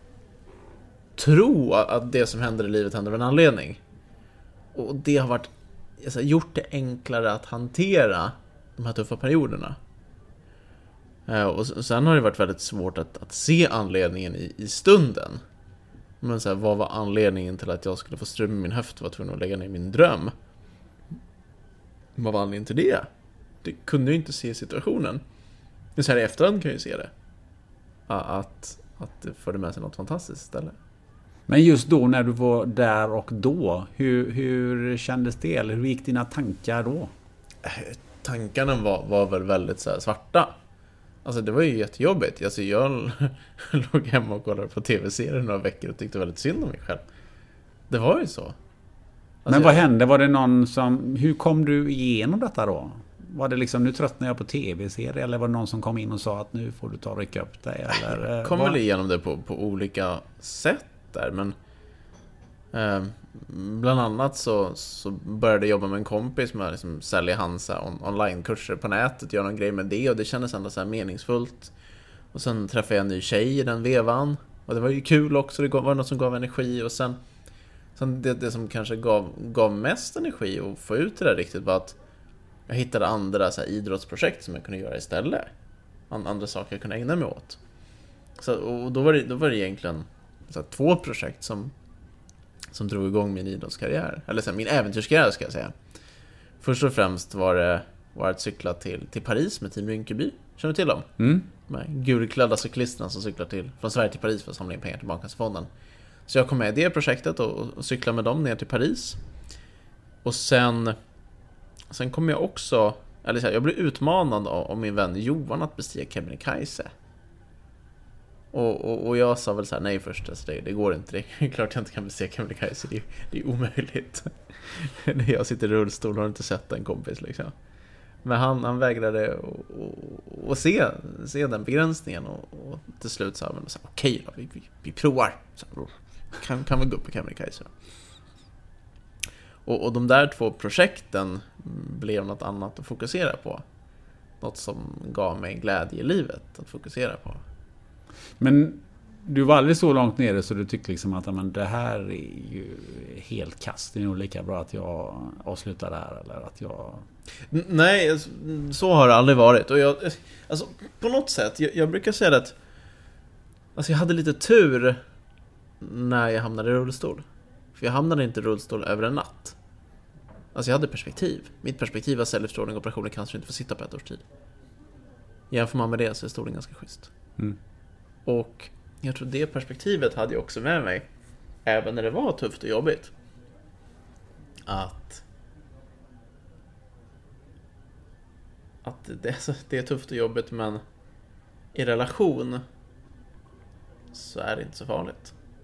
tro att det som händer i livet händer av en anledning. Och det har varit, alltså, gjort det enklare att hantera de här tuffa perioderna. Och sen har det varit väldigt svårt att, att se anledningen i, i stunden. Men så här, vad var anledningen till att jag skulle få ström i min höft? Var tvungen att lägga ner min dröm. Vad var anledningen till det? Det kunde jag inte se situationen. Men så här i efterhand kan jag ju se det. Att, att det förde med sig något fantastiskt istället. Men just då när du var där och då, hur, hur kändes det? Eller hur gick dina tankar då? Tankarna var, var väl väldigt så här svarta. Alltså det var ju jättejobbigt. Alltså jag låg hemma och kollade på tv-serier några veckor och tyckte väldigt synd om mig själv. Det var ju så. Alltså men vad jag... hände? Var det någon som... Hur kom du igenom detta då? Var det liksom, nu tröttnar jag på tv-serier, eller var det någon som kom in och sa att nu får du ta och rycka upp dig? Eller, jag kom väl igenom det på, på olika sätt där, men eh, bland annat så, så började jag jobba med en kompis med att liksom sälja hans on, onlinekurser på nätet, göra någon grej med det, och det kändes ändå så här meningsfullt. Och sen träffade jag en ny tjej i den vevan, och det var ju kul också, det var något som gav energi. Och sen, sen det, det som kanske gav, gav mest energi att få ut det där riktigt var att jag hittade andra så här idrottsprojekt som jag kunde göra istället. Andra saker jag kunde ägna mig åt. Så, och då var det, då var det egentligen så här, två projekt som, som drog igång min idrottskarriär. Eller så här, min äventyrskarriär ska jag säga. Först och främst var det var att cykla till, till Paris med Team Rinkeby. Känner du till dem? Mm. De här gulklädda cyklisterna som cyklar till, från Sverige till Paris för att samla in pengar till Barncancerfonden. Så jag kom med i det projektet och, och cyklade med dem ner till Paris. Och sen... Sen kom jag också, eller så här, jag blev utmanad av, av min vän Johan att bestiga Kebnekaise. Och, och, och jag sa väl så här, nej först, alltså det, det går inte, det är klart jag inte kan bestiga Kebnekaise, det, det är omöjligt. När jag sitter i rullstol och har inte sett en kompis liksom. Men han, han vägrade att se, se den begränsningen, och, och till slut sa han så här, okej då, vi, vi, vi provar. Så här, kan, kan vi gå upp på Kebnekaise? Och, och de där två projekten blev något annat att fokusera på. Något som gav mig glädje i livet att fokusera på. Men du var aldrig så långt nere så du tyckte liksom att men, det här är ju helt kast. Det är nog lika bra att jag avslutar där, eller att jag... N- nej, så har det aldrig varit. Och jag, alltså, på något sätt, jag, jag brukar säga att alltså, jag hade lite tur när jag hamnade i rullstol. För jag hamnade inte i rullstol över en natt. Alltså jag hade perspektiv. Mitt perspektiv var cellutstrålning och operationer cancer inte får sitta på ett års tid. Jämför man med det så är stolen ganska schysst. Mm. Och jag tror det perspektivet hade jag också med mig. Även när det var tufft och jobbigt. Att Att det, det är tufft och jobbigt, men i relation så är det inte så farligt.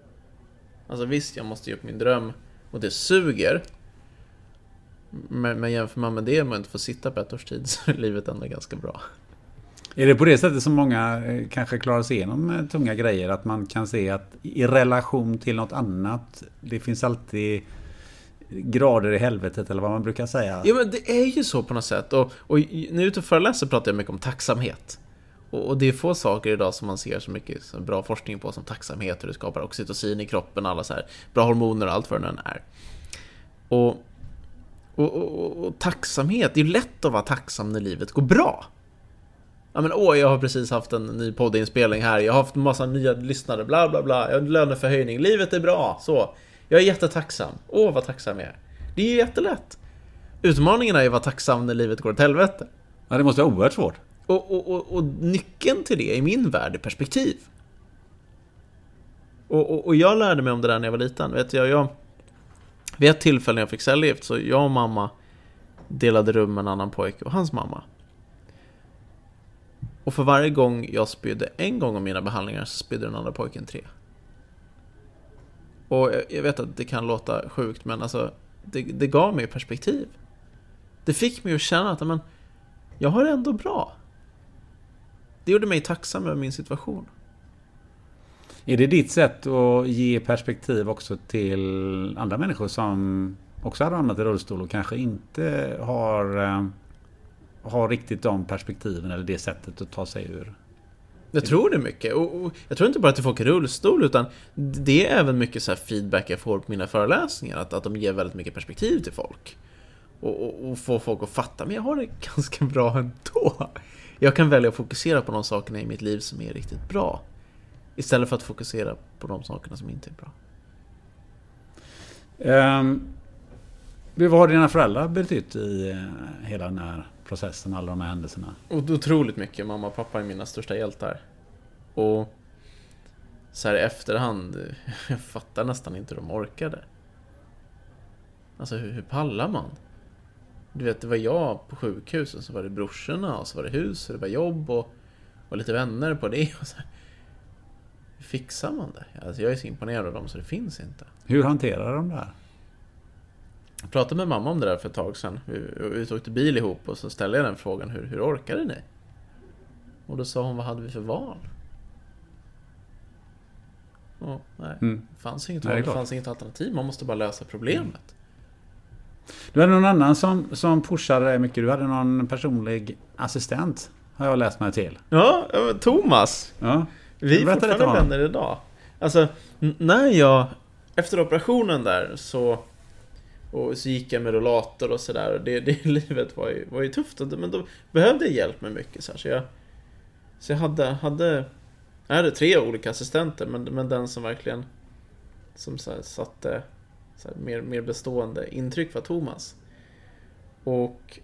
Alltså visst, jag måste ge upp min dröm och det suger. Men, men jämför man med det, om man inte får sitta på ett års tid, så är livet ändå ganska bra. Är det på det sättet som många kanske klarar sig igenom tunga grejer, att man kan se att i relation till något annat, det finns alltid grader i helvetet, eller vad man brukar säga? Ja, men det är ju så på något sätt. Och, och när jag ute och föreläser pratar jag mycket om tacksamhet. Och, och det är få saker idag som man ser så mycket så bra forskning på som tacksamhet, hur det skapar oxytocin i kroppen, alla så här bra hormoner och allt vad det nu är. Och, och, och, och tacksamhet, det är ju lätt att vara tacksam när livet går bra. Ja, men åh, jag har precis haft en ny poddinspelning här, jag har haft en massa nya lyssnare, bla bla bla, jag har löneförhöjning, livet är bra, så. Jag är jättetacksam. Åh, vad tacksam jag är. Det är ju jättelätt. Utmaningen är ju att vara tacksam när livet går åt helvete. Ja, det måste vara oerhört svårt. Och, och, och, och nyckeln till det i min värld är perspektiv. Och, och, och jag lärde mig om det där när jag var liten. Vet jag, jag, vid ett tillfälle när jag fick cellgift, så jag och mamma delade rum med en annan pojke och hans mamma. Och för varje gång jag spydde en gång av mina behandlingar, så spydde den andra pojken tre. Och jag vet att det kan låta sjukt, men alltså det, det gav mig perspektiv. Det fick mig att känna att men, jag har det ändå bra. Det gjorde mig tacksam över min situation. Är det ditt sätt att ge perspektiv också till andra människor som också har hamnat i rullstol och kanske inte har, har riktigt de perspektiven eller det sättet att ta sig ur? Jag tror det mycket. Och, och jag tror inte bara till folk i rullstol, utan det är även mycket så här feedback jag får på mina föreläsningar, att, att de ger väldigt mycket perspektiv till folk. Och, och, och får folk att fatta, men jag har det ganska bra ändå. Jag kan välja att fokusera på de sakerna i mitt liv som är riktigt bra, istället för att fokusera på de sakerna som inte är bra. Um, vad har dina föräldrar betytt i hela den här processen, alla de här händelserna? Och otroligt mycket. Mamma och pappa är mina största hjältar. Och så här i efterhand, jag fattar nästan inte hur de orkade. Alltså hur, hur pallar man? Du vet, det var jag på sjukhusen, så var det brorsorna, och så var det hus, och det var jobb och, och lite vänner på det. Och så här. Hur fixar man det? Alltså jag är så imponerad av dem så det finns inte. Hur hanterar de det här? Jag pratade med mamma om det där för ett tag sedan. Vi, vi åkte bil ihop, och så ställde jag den frågan, hur, hur orkade ni? Och då sa hon, vad hade vi för val? Oh, nej, mm. det fanns inget val, det fanns inget alternativ. Man måste bara lösa problemet. Mm. Du hade någon annan som, som pushade dig mycket. Du hade någon personlig assistent, har jag läst mig till. Ja, Thomas. Ja. Vi är fortfarande vänner idag. Alltså, n- när jag efter operationen där så, och så gick jag med rollator och sådär, och det, det livet var ju, var ju tufft, men då behövde jag hjälp med mycket så, här, så jag så jag hade hade jag hade tre olika assistenter, men men den som verkligen som så här, satte så här, mer mer bestående intryck var Thomas. Och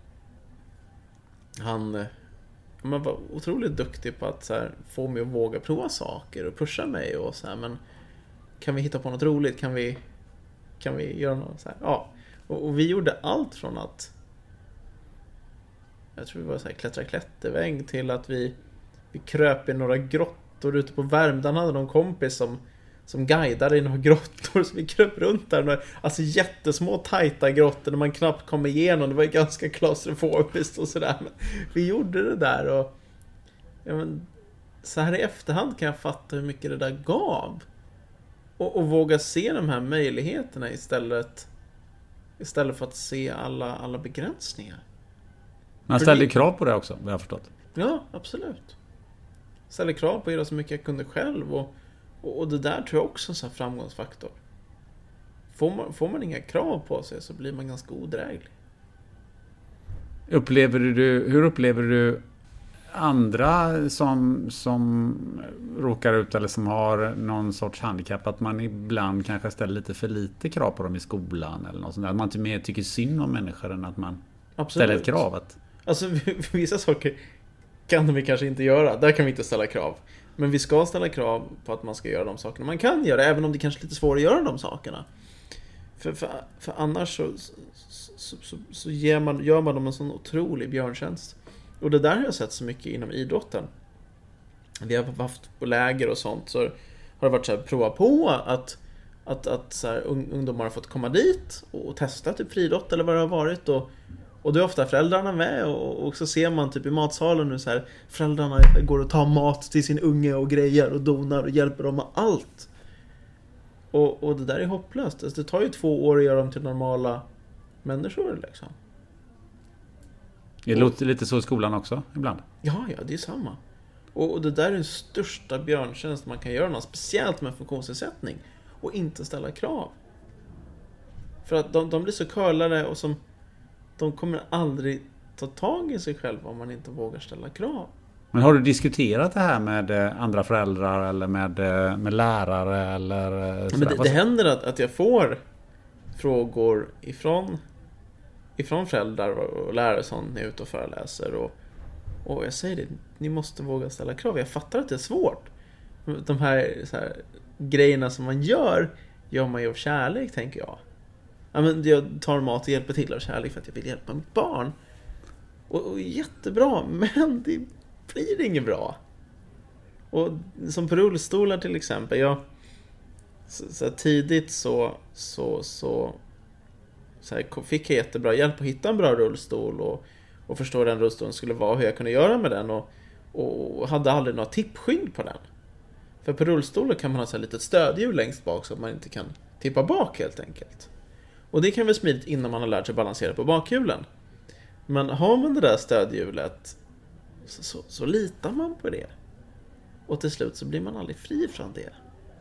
han man var otroligt duktig på att så här, få mig att våga prova saker och pusha mig och så här, men kan vi hitta på något roligt, kan vi kan vi göra något så här, ja. Och, och vi gjorde allt från att jag tror vi var så här klättra klättervägg till att vi vi kröp i några grottor ute på Värmdön. Hade någon kompis som som guidade i några grottor, så vi kröp runt där, några, alltså jättesmå tajta grottor där man knappt kom igenom. Det var ju ganska klaustrofobiskt och sådär, men vi gjorde det där. Och ja, men, så här i efterhand kan jag fatta hur mycket det där gav, och, och våga se de här möjligheterna istället istället för att se alla, alla begränsningar. Man ställde krav på det också, vad jag har förstått. Ja, absolut. Ställde krav på att göra så mycket jag kunde själv, och Och det där tror jag också är en sån här framgångsfaktor. Får man, får man inga krav på sig så blir man ganska odräglig. Upplever du, hur upplever du andra som, som råkar ut eller som har någon sorts handikapp, att man ibland kanske ställer lite för lite krav på dem i skolan eller något sånt där? Att man inte mer tycker synd om människor än att man Absolut. ställer ett krav? Att... Alltså vissa saker kan vi kanske inte göra. Där kan vi inte ställa krav. Men vi ska ställa krav på att man ska göra de sakerna man kan göra, även om det kanske är lite svårt att göra de sakerna. För, för, för annars så, så, så, så ger man, gör man dem en sån otrolig björntjänst. Och det där har jag sett så mycket inom idrotten. Vi har haft på läger och sånt, så har det varit så här, prova på att, Att, att så här, un, ungdomar har fått komma dit och testa typ friidrott eller vad det har varit. Och, och då är ofta föräldrarna med. Och, och så ser man typ i matsalen nu så här, föräldrarna går och tar mat till sin unge och grejer och donar och hjälper dem med allt. Och, och det där är hopplöst. Alltså, det tar ju två år att göra dem till normala människor liksom. Det låter lite så i skolan också ibland. Ja, ja, det är samma. Och, och det där är den största björntjänst man kan göra någon, speciellt med funktionsnedsättning. Och inte ställa krav. För att de, de blir så curlade och som de kommer aldrig ta tag i sig själva om man inte vågar ställa krav. Men har du diskuterat det här med andra föräldrar eller med, med lärare eller Men det, det händer att, att jag får frågor ifrån ifrån föräldrar och lärare som är ute och föreläser och, och jag säger det, ni måste våga ställa krav. Jag fattar att det är svårt. De här, så här grejerna som man gör gör man ju av kärlek, tänker jag. Ja, men jag tar mat och hjälper till av kärlek för att jag vill hjälpa mitt barn. Och, och jättebra, men det blir inget bra. Och som på rullstolar till exempel, jag så, så tidigt så så så så här, fick jag jättebra hjälp att hitta en bra rullstol och och förstå hur den rullstolen skulle vara och hur jag kunde göra med den och och hade aldrig några tippskynk på den. För på rullstolar kan man ha så här litet stödhjul längst bak så att man inte kan tippa bak helt enkelt. Och det kan väl smidigt innan man har lärt sig balansera på bakhjulen. Men har man det där stödhjulet så, så, så litar man på det. Och till slut så blir man aldrig fri från det.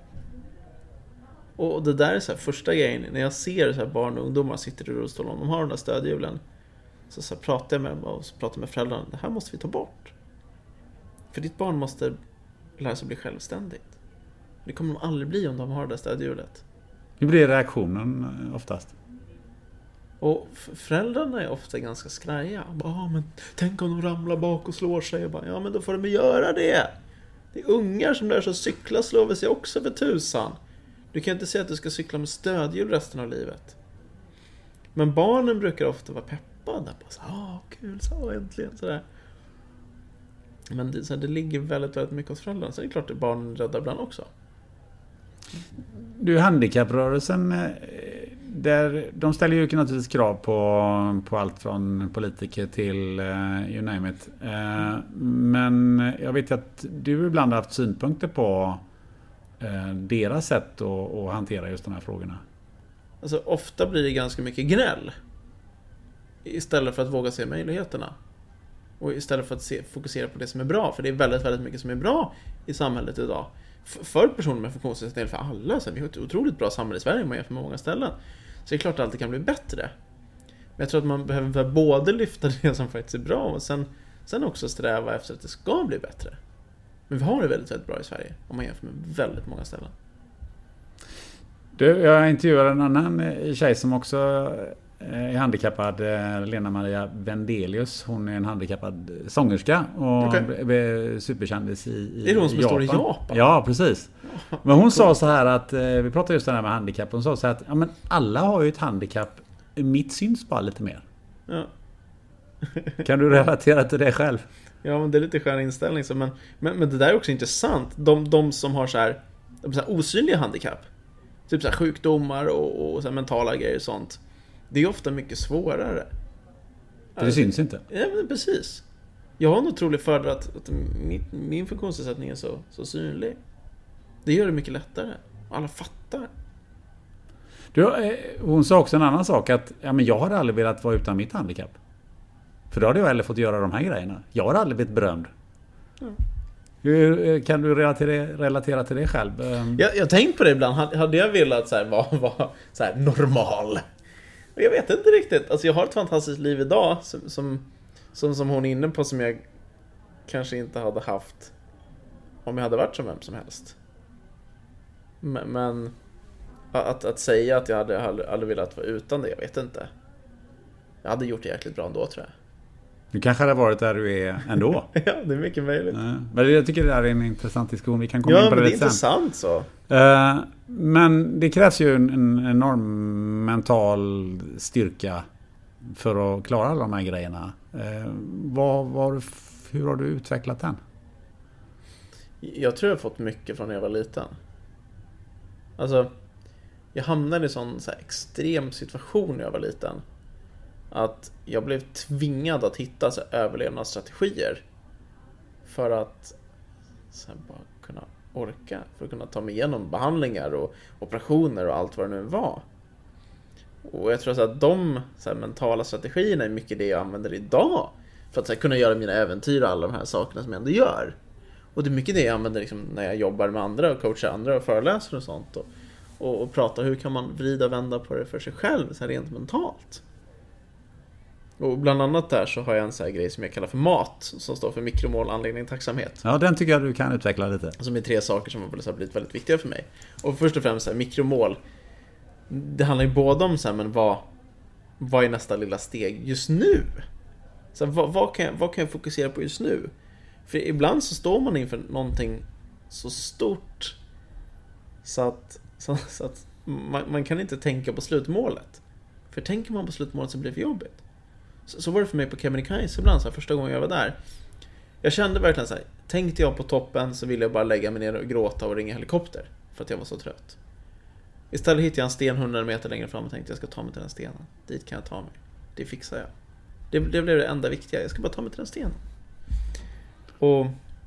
Och det där är så här första grejen. När jag ser så här barn och ungdomar sitter i rullstol och de har de där stödhjulen. Så, så pratar jag med dem och så pratar med föräldrarna. Det här måste vi ta bort. För ditt barn måste lära sig bli självständigt. Det kommer de aldrig bli om de har det där stödhjulet. Hur blir reaktionen oftast? Och föräldrarna är ofta ganska skraja. Ja, men tänk om de ramlar bak och slår sig. Bara, ja, men då får de göra det. Det är ungar som lär sig att cykla slår sig också för tusan. Du kan inte säga att du ska cykla med stödhjul resten av livet. Men barnen brukar ofta vara peppade. Ja, ah, kul, så äntligen. Sådär. Men det, så här, det ligger väldigt, väldigt mycket hos föräldrarna. Så det är klart att barnen är rädda ibland också. Du, handikapprörelsen, där, de ställer ju naturligtvis krav på, på allt från politiker till uh, you name it. Uh, men jag vet att du ibland har haft synpunkter på uh, deras sätt att, att hantera just de här frågorna. Alltså ofta blir det ganska mycket gnäll. Istället för att våga se möjligheterna. Och istället för att se, fokusera på det som är bra. För det är väldigt, väldigt mycket som är bra i samhället idag. För personer med funktionsnedsättning, för alla. Så vi har ett otroligt bra samhälle i Sverige man jämför med många ställen. Så det är klart att allt kan bli bättre. Men jag tror att man behöver både lyfta det som faktiskt är bra och sen, sen också sträva efter att det ska bli bättre. Men vi har det väldigt, väldigt bra i Sverige om man jämför med väldigt många ställen. Du, jag intervjuade en annan tjej som också är handikappad, Lena Maria Vendelius. Hon är en handikappad sångerska och okay. superkändis i, i det är hon som Japan. står i Japan. Ja, precis. Men hon sa så här att, vi pratade just det här med handikapp, hon sa så här att ja, men alla har ju ett handikapp, mitt syns bara lite mer. Ja. Kan du relatera till det själv? Ja, men det är lite skön inställning. Så, men, men, men det där är också intressant. De, de som har så här, så här osynliga handikapp, typ så här sjukdomar och, och så här mentala grejer och sånt, det är ofta mycket svårare. För det syns inte. Ja, men precis. Jag har en otrolig fördel att, att min, min funktionsnedsättning är så, så synlig. Det gör det mycket lättare. Alla fattar. Du, hon sa också en annan sak, att ja, men jag har aldrig velat vara utan mitt handikapp. För då hade jag aldrig fått göra de här grejerna. Jag har aldrig blivit berömd. Mm. Hur, kan du relatera, relatera till det själv? Jag, jag tänkt på det ibland. Hade jag velat så här, vara, vara så här, normal? Jag vet inte riktigt. Alltså jag har ett fantastiskt liv idag som, som, som, som hon är inne på, som jag kanske inte hade haft om jag hade varit som vem som helst. Men, men att, att säga att jag hade aldrig, aldrig velat vara utan det, jag vet inte. Jag hade gjort det jäkligt bra ändå, tror jag. Du kanske hade varit där du är ändå. Ja, det är mycket möjligt. Ja, men jag tycker det här är en intressant diskussion. Vi kan komma ja, in på det men lite det är sen. intressant så. Uh, men det krävs ju en, en enorm mental styrka för att klara alla de här grejerna. Uh, vad, vad, hur har du utvecklat den? Jag tror jag har fått mycket från när jag var liten. Alltså, jag hamnade i en sån så här extrem situation när jag var liten. Att jag blev tvingad att hitta så här överlevnadsstrategier. För att sen bara kunna orka. För att kunna ta mig igenom behandlingar och operationer och allt vad det nu var. Och jag tror så att de så här mentala strategierna är mycket det jag använder idag. För att så här, kunna göra mina äventyr och alla de här sakerna som jag ändå gör. Och det är mycket det jag använder liksom, när jag jobbar med andra och coachar andra och föreläser och sånt. Och, och, och pratar hur kan man vrida och vända på det för sig själv så här rent mentalt. Och bland annat där så har jag en sån här grej som jag kallar för MAT. Som står för mikromål, anledning, tacksamhet. Ja, den tycker jag du kan utveckla lite. Som är tre saker som har blivit väldigt viktiga för mig. Och först och främst så här, mikromål. Det handlar ju både om så här, men vad, vad är nästa lilla steg just nu? Så här, vad, vad, kan jag, vad kan jag fokusera på just nu? För ibland så står man inför någonting så stort så att, så, så att man, man kan inte tänka på slutmålet. För tänker man på slutmålet så blir det för jobbigt. Så, så var det för mig på Kebnekaise ibland, så här, första gången jag var där. Jag kände verkligen så här, tänkte jag på toppen så ville jag bara lägga mig ner och gråta och ringa helikopter. För att jag var så trött. Istället hittade jag en sten hundra meter längre fram och tänkte jag ska ta mig till den stenen. Dit kan jag ta mig. Det fixar jag. Det, det blev det enda viktiga. Jag ska bara ta mig till den stenen. Och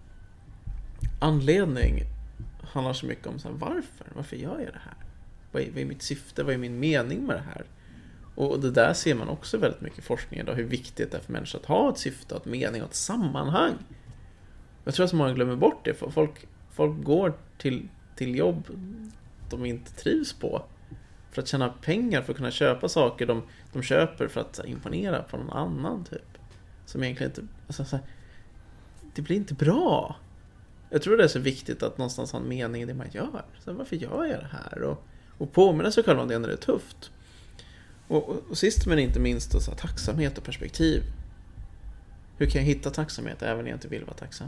anledning handlar så mycket om så här, varför? Varför gör jag det här? Vad är, vad är mitt syfte? Vad är min mening med det här? Och det där ser man också väldigt mycket i forskningen idag. Hur viktigt det är för människor att ha ett syfte, ett mening och ett sammanhang. Jag tror att många glömmer bort det. För folk, folk går till, till jobb de inte trivs på. För att tjäna pengar, för att kunna köpa saker de, de köper för att imponera på någon annan typ. Som egentligen inte... Alltså, så här, det blir inte bra. Jag tror det är så viktigt att någonstans ha en mening i det man gör. Så varför gör jag det här? Och, och påminna sig själv om det när det är tufft. Och, och, och sist men inte minst då, så här, tacksamhet och perspektiv. Hur kan jag hitta tacksamhet även när jag inte vill vara tacksam?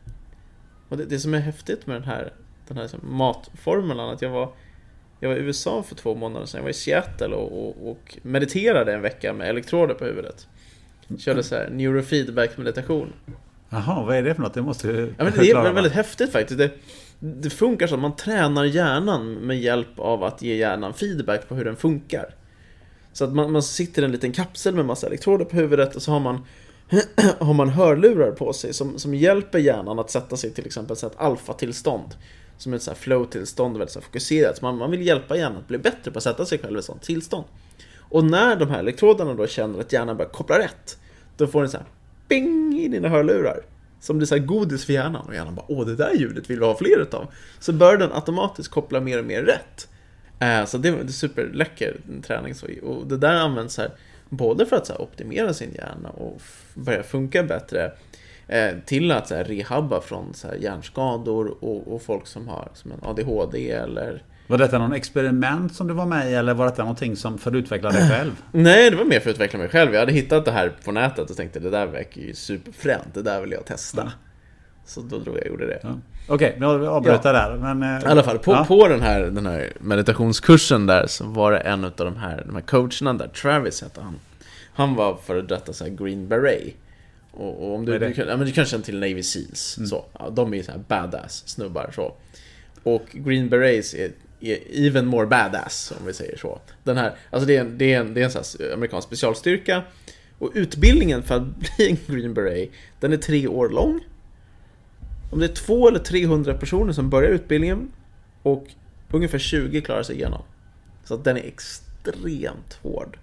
Och det, det som är häftigt med den här, den här liksom, matformulan, att jag var, jag var i U S A för två månader sedan. Jag var i Seattle och, och, och mediterade en vecka med elektroder på huvudet. Körde så här neurofeedback-meditation. Jaha, vad är det för något? Det måste du ja, men det är väldigt häftigt faktiskt. Det, det funkar så att man tränar hjärnan med hjälp av att ge hjärnan feedback på hur den funkar. Så att man, man sitter i en liten kapsel med massa elektroder på huvudet och så har man, har man hörlurar på sig som, som hjälper hjärnan att sätta sig till exempel så ett alfa-tillstånd. Som ett så här flow-tillstånd, väldigt så här fokuserat. Så man, man vill hjälpa hjärnan att bli bättre på att sätta sig själv i ett sånt tillstånd. Och när de här elektroderna då känner att hjärnan börjar koppla rätt, då får den så här bing i dina hörlurar. Som blir så här godis för hjärnan. Och hjärnan bara, åh det där ljudet vill vi ha fler utav. Så börjar den automatiskt koppla mer och mer rätt. Eh, så det är superläcker träning. Så, och det där används här både för att så här, optimera sin hjärna och f- börja funka bättre. Eh, till att så här, rehabba från så här, hjärnskador och, och folk som har som en A D H D eller... Var detta någon experiment som du var med i eller var detta någonting som för att utveckla dig själv? Nej, det var mer för att utveckla mig själv. Jag hade hittat det här på nätet och tänkte det där verkar ju superfränt, det där vill jag testa. Ja. Så då drog jag och gjorde det. Ja. Okej, nu har vi avbrutit ja. där. Men, I alla fall, på, ja. på den, här, den här meditationskursen där så var det en av de här, de här coacherna där, Travis hette han. Han var för att detta så här Green Beret. Och, och om du, du, ja, men du kanske känner till Navy Seals. Mm. Så. Ja, de är så här badass snubbar. Så. Och Green Berets är even more badass om vi säger så. Den här, alltså det är en, det är en, det är en sån här amerikansk specialstyrka. Och utbildningen för att bli en Green Beret, den är tre år lång. Om det är två eller trehundra personer som börjar utbildningen och ungefär tjugo klarar sig igenom. Så att den är extremt hård.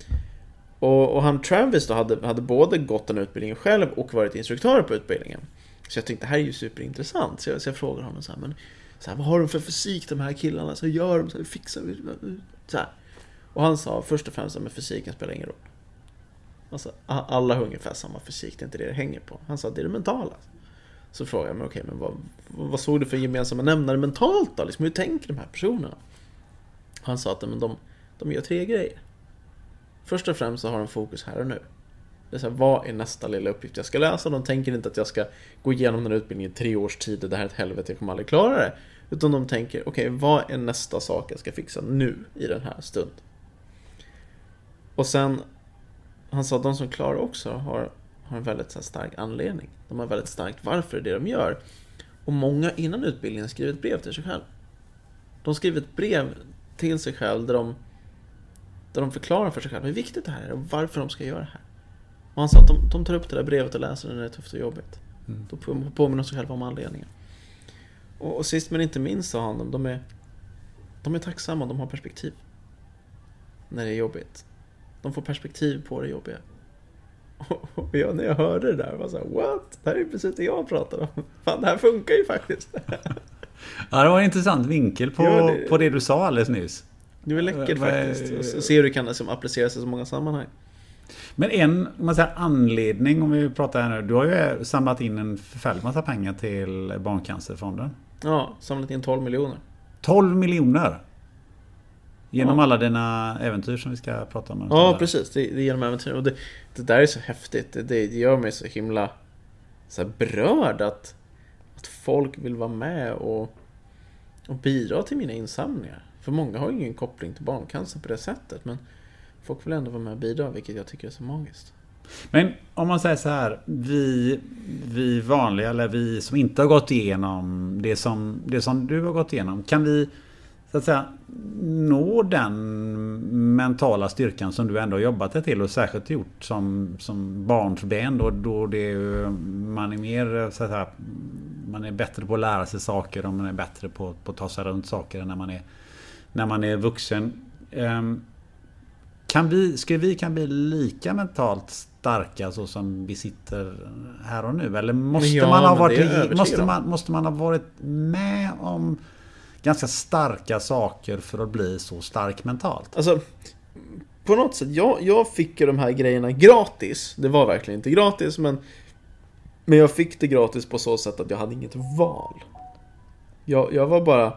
Och, och han Travis då hade, hade både gått den utbildningen själv och varit instruktör på utbildningen. Så jag tänkte det här är ju superintressant. Så jag, så jag frågade honom så här, men så här, vad har de för fysik de här killarna? Så gör de så här, fixar vi så här. Och han sa först och främst att fysiken spelar ingen roll. Alltså, alla har ungefär samma fysik, det är inte det det hänger på. Han sa det är det mentala. Så frågade jag mig, okej, men vad, vad såg du för gemensamma nämnare mentalt då? Liksom, hur tänker de här personerna? Han sa att men de, de gör tre grejer. Först och främst så har de fokus här och nu. Det är så här, vad är nästa lilla uppgift jag ska läsa? De tänker inte att jag ska gå igenom den här utbildningen i tre års tid och det här är ett helvete, jag kommer aldrig klara det. Utan de tänker, okej, okay, vad är nästa sak jag ska fixa nu i den här stunden? Och sen, han sa att de som klarar också har, har en väldigt så här, stark anledning. De har väldigt starkt varför det är det de gör. Och många innan utbildningen skriver ett brev till sig själv. De skriver ett brev till sig själv där de, där de förklarar för sig själva hur viktigt det här är och varför de ska göra det här. Och han sa att de, de tar upp det där brevet och läser det när det är tufft och jobbigt. Mm. Då påminner sig själva om anledningen. Och, och sist men inte minst sa han, de är, de är tacksamma, de har perspektiv när det är jobbigt. De får perspektiv på det jobbiga. Och jag, när jag hörde det där var så här, what? Det här är precis det jag pratade om. Fan, det här funkar ju faktiskt. Ja, det var en intressant vinkel på, ja, det, på det du sa alldeles nyss. Det var läckert äh, faktiskt. Och så ser hur det kan liksom appliceras i så många sammanhang. Men en man säger, anledning, om vi pratar här nu. Du har ju samlat in en förfärlig massa pengar till Barncancerfonden. Ja, samlat in tolv miljoner. tolv miljoner? Genom ja. alla dina äventyr som vi ska prata om. Ja, precis. Det, det är genom äventyr. Och det, det där är så häftigt. Det, det gör mig så himla så här berörd att, att folk vill vara med och, och bidra till mina insamlingar. För många har ju ingen koppling till barncancer på det sättet. Men folk vill ändå vara med och bidra, vilket jag tycker är så magiskt. Men om man säger så här, vi, vi vanliga, eller vi som inte har gått igenom det som, det som du har gått igenom, kan vi så att säga nå den mentala styrkan som du ändå har jobbat dig till och särskilt gjort som, som barnsben då, då det är, man är mer så att säga, man är bättre på att lära sig saker och man är bättre på, på att ta sig runt saker än när man är, när man är vuxen. Um, kan vi, ska vi kan bli lika mentalt starka så som vi sitter här och nu, eller måste ja, man ha varit måste man, måste man ha varit med om ganska starka saker för att bli så stark mentalt? Alltså, på något sätt, jag, jag fick ju de här grejerna gratis. Det var verkligen inte gratis, men, men jag fick det gratis på så sätt att jag hade inget val. Jag, jag var bara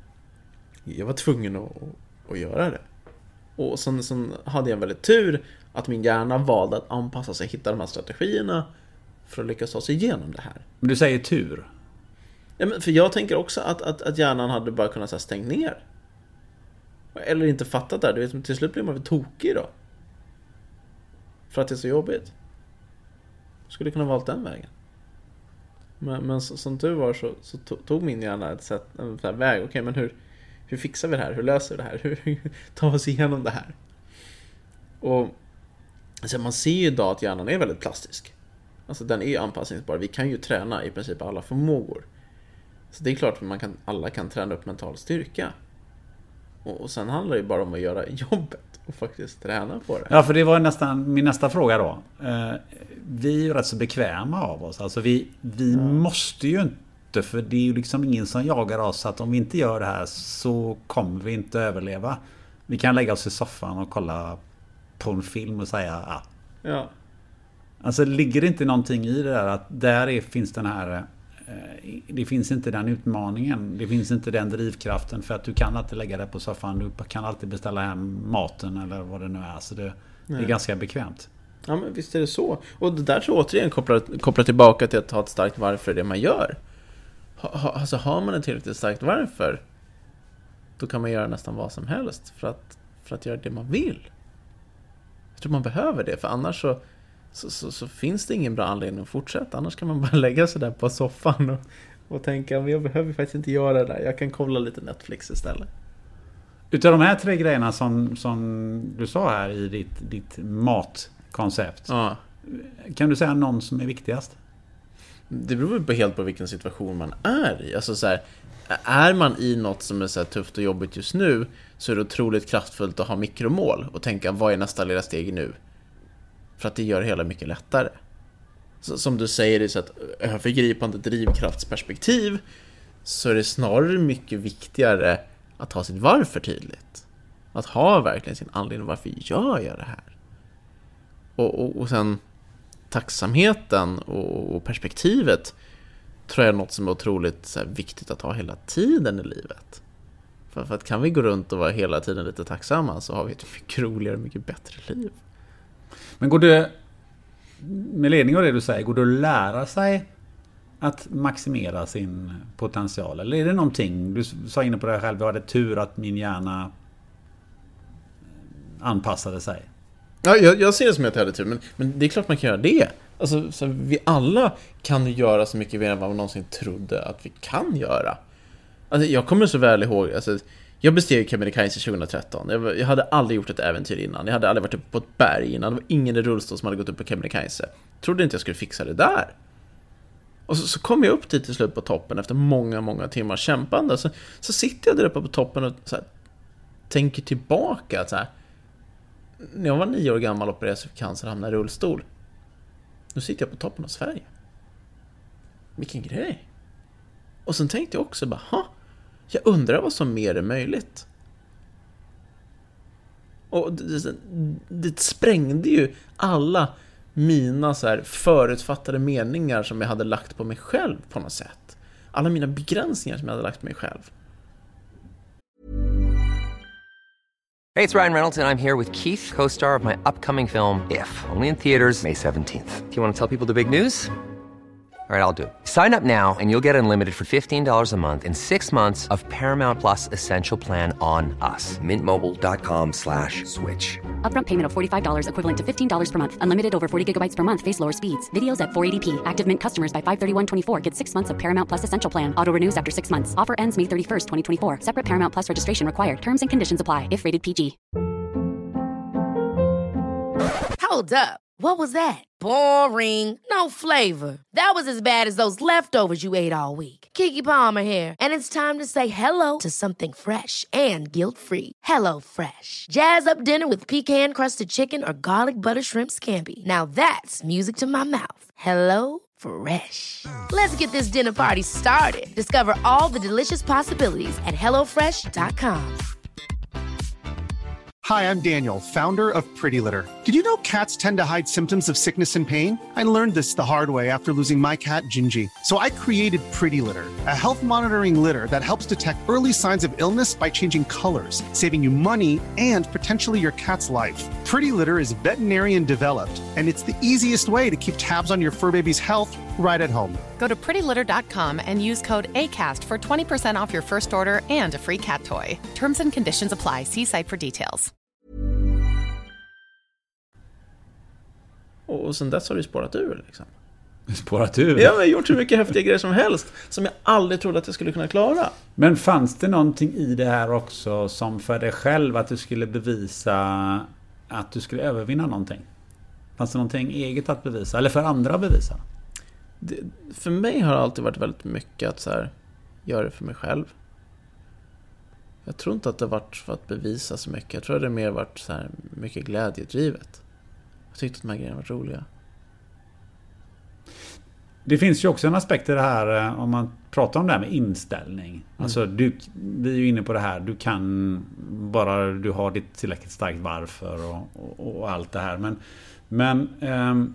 jag var tvungen att, att göra det. Och sen, sen hade jag en väldigt tur att min hjärna valde att anpassa sig, hitta de här strategierna för att lyckas ta sig igenom det här. Men du säger tur? Ja, men för jag tänker också att, att, att hjärnan hade bara kunnat så här, stängt ner. Eller inte fattat det. Du vet, till slut blir man väl tokig då. För att det är så jobbigt. Skulle kunna valt den vägen. Men, men så, som du var så, så tog min hjärna ett sätt, en sån här väg. Okej, okay, men hur, hur fixar vi det här? Hur löser vi det här? Hur, hur tar vi oss igenom det här? Och alltså, man ser ju idag att hjärnan är väldigt plastisk. Alltså den är anpassningsbar. Vi kan ju träna i princip alla förmågor. Så det är klart att man kan, alla kan träna upp mental styrka. Och, och sen handlar det bara om att göra jobbet och faktiskt träna på det. Ja, för det var nästan min nästa fråga då. Eh, vi är ju rätt så bekväma av oss. Alltså vi, vi ja. måste ju inte, för det är ju liksom ingen som jagar oss att om vi inte gör det här så kommer vi inte överleva. Vi kan lägga oss i soffan och kolla på en film och säga ja. Ja. Alltså ligger det inte någonting i det där att där är, finns den här det finns inte den utmaningen, det finns inte den drivkraften för att du kan alltid lägga dig på soffan, du kan alltid beställa hem maten eller vad det nu är, så det, det är ganska bekvämt. Ja, men visst är det så. Och det där tror jag återigen kopplar, kopplar tillbaka till att ha ett starkt varför det man gör. Ha, ha, alltså har man ett tillräckligt starkt varför, då kan man göra nästan vad som helst för att, för att göra det man vill. Jag tror man behöver det, för annars så Så, så, så finns det ingen bra anledning att fortsätta. Annars kan man bara lägga sig där på soffan och, och tänka, men jag behöver faktiskt inte göra det där. Jag kan kolla lite Netflix istället. Utav de här tre grejerna som, som du sa här i ditt, ditt matkoncept, ja. kan du säga någon som är viktigast? Det beror på helt på vilken situation man är i. Alltså så här, är man i något som är så här tufft och jobbigt just nu, så är det otroligt kraftfullt att ha mikromål och tänka, vad är nästa lilla steg nu? För att det gör det hela mycket lättare. Så, som du säger, det är så att övergripande drivkraftsperspektiv, så är det snarare mycket viktigare att ha sitt varför tydligt. Att ha verkligen sin anledning varför gör jag det här. Och, och, och sen tacksamheten och, och perspektivet tror jag är något som är otroligt så här, viktigt att ha hela tiden i livet. För, för att kan vi gå runt och vara hela tiden lite tacksamma, så har vi ett mycket roligare och mycket bättre liv. Men går det, med ledning av det du säger, går det att lära sig att maximera sin potential? Eller är det någonting, du sa inne på det själv, jag hade tur att min hjärna anpassade sig. Ja, jag, jag ser det som att jag hade tur, men, men det är klart man kan göra det. Alltså, så vi alla kan göra så mycket mer än vad man någonsin trodde att vi kan göra. Alltså, jag kommer så väl ihåg, alltså, Jag besteg Kebnekaise tjugohundratretton. Jag, jag hade aldrig gjort ett äventyr innan. Jag hade aldrig varit uppe på ett berg innan. Det var ingen i rullstol som hade gått upp på Kebnekaise. Trodde inte jag skulle fixa det där. Och så, så kom jag upp dit till slut på toppen efter många, många timmar kämpande. Så, så sitter jag där uppe på toppen och så här, tänker tillbaka. Att så här, när jag var nio år gammal och opererades för cancer och hamnade i rullstol. Nu sitter jag på toppen av Sverige. Vilken grej. Och sen tänkte jag också bara, ha, jag undrar vad som mer är möjligt. Och det, det, det sprängde ju alla mina så här förutfattade meningar som jag hade lagt på mig själv på något sätt. Alla mina begränsningar som jag hade lagt på mig själv. Hey, it's Ryan Reynolds, and I'm here with Keith, co-star of my upcoming film, If, only in theaters May seventeenth. Do you want to tell people the big news? All right, I'll do it. Sign up now and you'll get unlimited for fifteen dollars a month and six months of Paramount Plus Essential Plan on us. Mint Mobile dot com slash switch. Upfront payment of forty-five dollars equivalent to fifteen dollars per month. Unlimited over forty gigabytes per month. Face lower speeds. Videos at four eighty p. Active Mint customers by five thirty-one twenty-four get six months of Paramount Plus Essential Plan. Auto renews after six months. Offer ends May thirty-first, twenty twenty-four. Separate Paramount Plus registration required. Terms and conditions apply if rated P G. Hold up. What was that? Boring. No flavor. That was as bad as those leftovers you ate all week. Keke Palmer here, and it's time to say hello to something fresh and guilt-free. Hello Fresh. Jazz up dinner with pecan-crusted chicken or garlic butter shrimp scampi. Now that's music to my mouth. Hello Fresh. Let's get this dinner party started. Discover all the delicious possibilities at hello fresh dot com. Hi, I'm Daniel, founder of Pretty Litter. Did you know cats tend to hide symptoms of sickness and pain? I learned this the hard way after losing my cat, Gingy. So I created Pretty Litter, a health monitoring litter that helps detect early signs of illness by changing colors, saving you money and potentially your cat's life. Pretty Litter is veterinarian developed, and it's the easiest way to keep tabs on your fur baby's health right at home. Go to pretty litter dot com and use code ACAST for twenty percent off your first order and a free cat toy. Terms and conditions apply. See site for details. Och sen dess har det spårat ur liksom. Spårat ur? Jag har gjort så mycket häftiga grejer som helst som jag aldrig trodde att jag skulle kunna klara. Men fanns det någonting i det här också som för dig själv att du skulle bevisa att du skulle övervinna någonting? Fanns det någonting eget att bevisa? Eller för andra att bevisa? Det, för mig har det alltid varit väldigt mycket att så här, göra det för mig själv. Jag tror inte att det har varit för att bevisa så mycket. Jag tror att det mer varit så här mycket glädjedrivet. Jag tyckte att de här grejerna var roliga. Det finns ju också en aspekt i det här om man pratar om det här med inställning. Mm. Alltså du, vi är ju inne på det här. Du kan bara, du har ditt tillräckligt starkt varför och, och, och allt det här. Men, men ehm,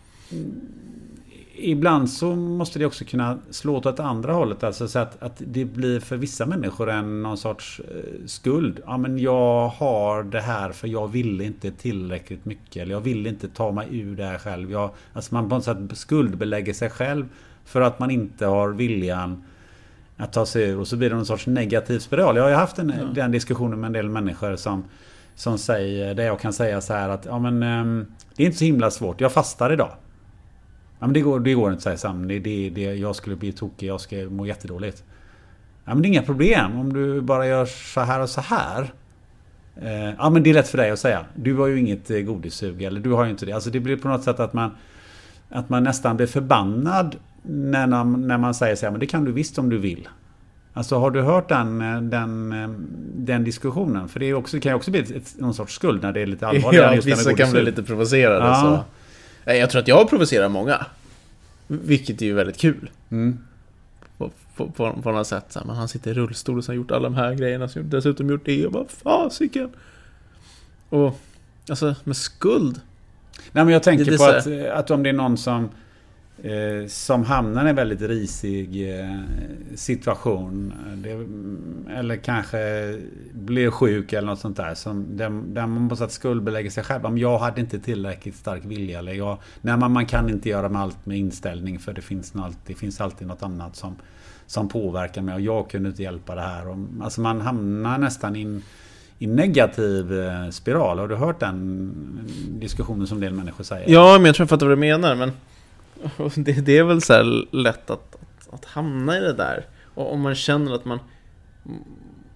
ibland så måste det också kunna slå åt ett andra hållet. Alltså så att, att det blir för vissa människor en någon sorts eh, skuld. Ja, men jag har det här för jag vill inte tillräckligt mycket. Eller jag vill inte ta mig ur det här själv. Jag, alltså man på något sätt skuldbelägger sig själv för att man inte har viljan att ta sig ur. Och så blir det någon sorts negativ spiral. Jag har ju haft en, ja. den diskussionen med en del människor som, som säger, där jag kan säga så här att ja, men, eh, det är inte så himla svårt. Jag fastar idag. Ja, men det går, det går inte att säga samman. Det, det, det, jag skulle bli tokig, jag ska må jättedåligt. Ja, men det är inga problem om du bara gör så här och så här. Eh, ja, men det är lätt för dig att säga. Du har ju inget eh, godissug, eller du har ju inte det. Alltså det blir på något sätt att man, att man nästan blir förbannad när, när man säger så här, men det kan du visst om du vill. Alltså har du hört den, den, den diskussionen? För det är också, det kan ju också bli ett, ett, någon sorts skuld när det är lite allvarligt. Ja, vissa kan bli lite provocerade. Ja. Så. Jag tror att jag provocerar många. Vilket är ju väldigt kul. Mm. På, på, på, på något sätt. Så här, men han sitter i rullstol och har gjort alla de här grejerna. Som dessutom gjort det. Och bara, fasiken. Och alltså med skuld. Nej, men jag tänker det, på det att, att om det är någon som eh, som hamnar i en väldigt risig eh, situation. Det, eller kanske blir sjuk eller något sånt där. Som, där, där man måste att skuldbelägga sig själv. Om jag hade inte tillräckligt stark vilja. Eller jag, nej, man, man kan inte göra med allt med inställning. För det finns, något, det finns alltid något annat som, som påverkar mig. Och jag kunde inte hjälpa det här. Och, alltså man hamnar nästan in i negativ spiral. Har du hört den diskussionen som en del människor säger? Ja, men jag tror jag fattar vad du menar. Men det, det är väl så här lätt att, att, att hamna i det där. Och om man känner att man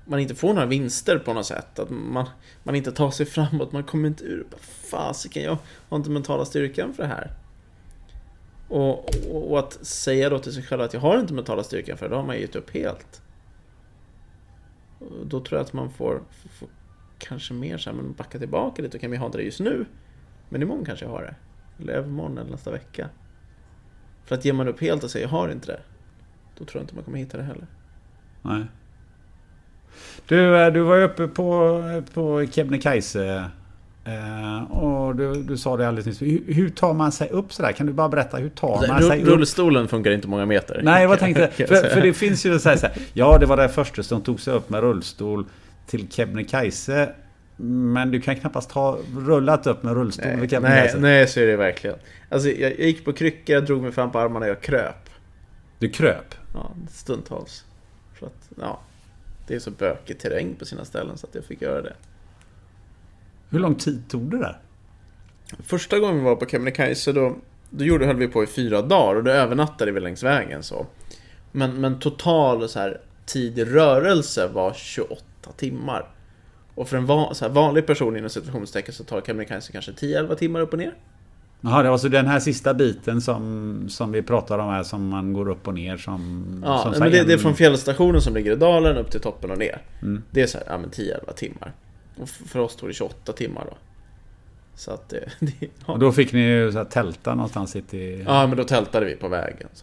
man inte får några vinster på något sätt. Att man, man inte tar sig framåt. Man kommer inte ur. Fasiken, jag har inte mentala styrkan för det här. Och, och, och att säga då till sig själv att jag har inte mentala styrkan för det, då har man gett upp helt. Och då tror jag att man får, får kanske mer så här, men backa tillbaka lite. Och kan vi ha det just nu? Men imorgon kanske jag har det. Eller övermorgon eller nästa vecka. För att ger man upp helt och säger jag har inte det, då tror jag inte man kommer hitta det heller. Nej. Du, du var ju uppe på, på Kebnekaise eh, och du, du sa det alldeles nyss. Hur, hur tar man sig upp sådär? Kan du bara berätta, hur tar man Rull, sig upp? Rullstolen funkar inte många meter. Nej, jag tänkte, för, för det finns ju så här, så här, ja, det var det första som tog sig upp med rullstol till Kebnekaise. Men du kan knappast ha rullat upp med rullstol. Nej, nej, nej, så är det verkligen. Alltså, jag, jag gick på kryckor, jag drog mig fram på armarna och jag kröp. Du kröp? Ja, stundtals. För att, ja, det är så bökig terräng på sina ställen så att jag fick göra det. Hur lång tid tog det där? Första gången vi var på Kebnekaise då, då gjorde, höll vi på i fyra dagar och då övernattade vi längs vägen så. Men, men total så här, tid i rörelse var tjugoåtta timmar. Och för en van, så här, vanlig person inom situationstecken så tar Kebnekaise kanske tio elva timmar upp och ner. Jaha, det var så den här sista biten som, som vi pratar om här, som man går upp och ner som... Ja, som men det, det är från fjällstationen som ligger i dalen upp till toppen och ner. Mm. Det är så här, ja men tio elva timmar. Och för oss tog det tjugoåtta timmar då. Så att det... det ja. Och då fick ni ju så här tälta någonstans i... Ja, men då tältade vi på vägen. Så.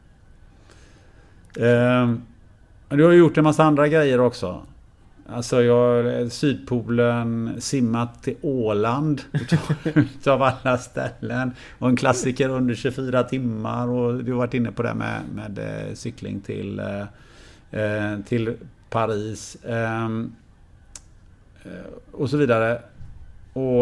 Eh, du har ju gjort en massa andra grejer också. Alltså jag har Sydpolen, simmat till Åland utav alla ställen. Och en klassiker under tjugofyra timmar. Och du har varit inne på det med, med cykling till, eh, till Paris. Eh, och så vidare. Och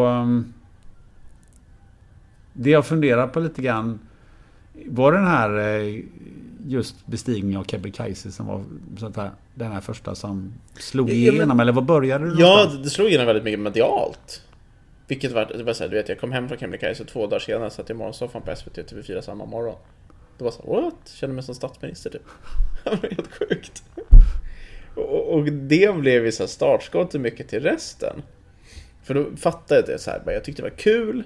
det jag funderar på lite grann var den här just bestigningen av Kebnekaise som var så att här, den här första som slog igenom, ja, men, eller vad började du Ja, någonstans? det slog igenom väldigt mycket medialt. Vilket var, det var så här, du vet, jag kom hem från Kebnekaise två dagar senare, satt i morgonsoffan på S V T T V fyra samma morgon. Det var så här, what? Kände mig som statsminister typ. Det var helt sjukt. Och, och det blev ju så här startskott mycket till resten. För då fattade jag det så här, jag tyckte det var kul.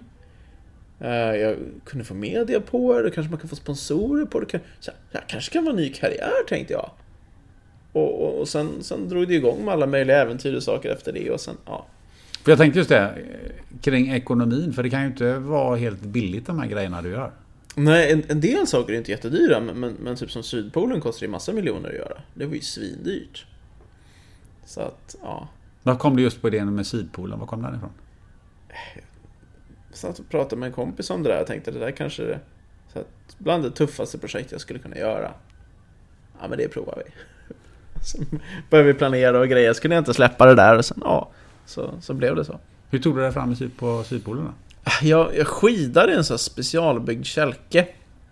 Jag kunde få media på det, kanske man kan få sponsorer på det. Så här, jag kanske kan vara en ny karriär, tänkte jag. Och, och, och sen, sen drog det igång med alla möjliga äventyr och saker efter det. Och sen, ja. För jag tänkte just det, kring ekonomin, för det kan ju inte vara helt billigt de här grejerna du gör. Nej, en, en del saker är inte jättedyra, men, men, men typ som Sydpolen kostar ju massa miljoner att göra. Det var ju svindyrt. Så att, ja. Vad kom du just på idén med Sydpolen? Vad kom den ifrån? Jag satt och pratade med en kompis om det där. Jag tänkte, det där kanske är så att bland det tuffaste projekt jag skulle kunna göra. Ja, men det provar vi. Så började vi planera och grejer. Skulle jag inte släppa det där. Och sen, ja, så, så blev det så. Hur tog du dig fram på Sydpolen då? Jag, jag skidade i en sån här specialbyggd kälke.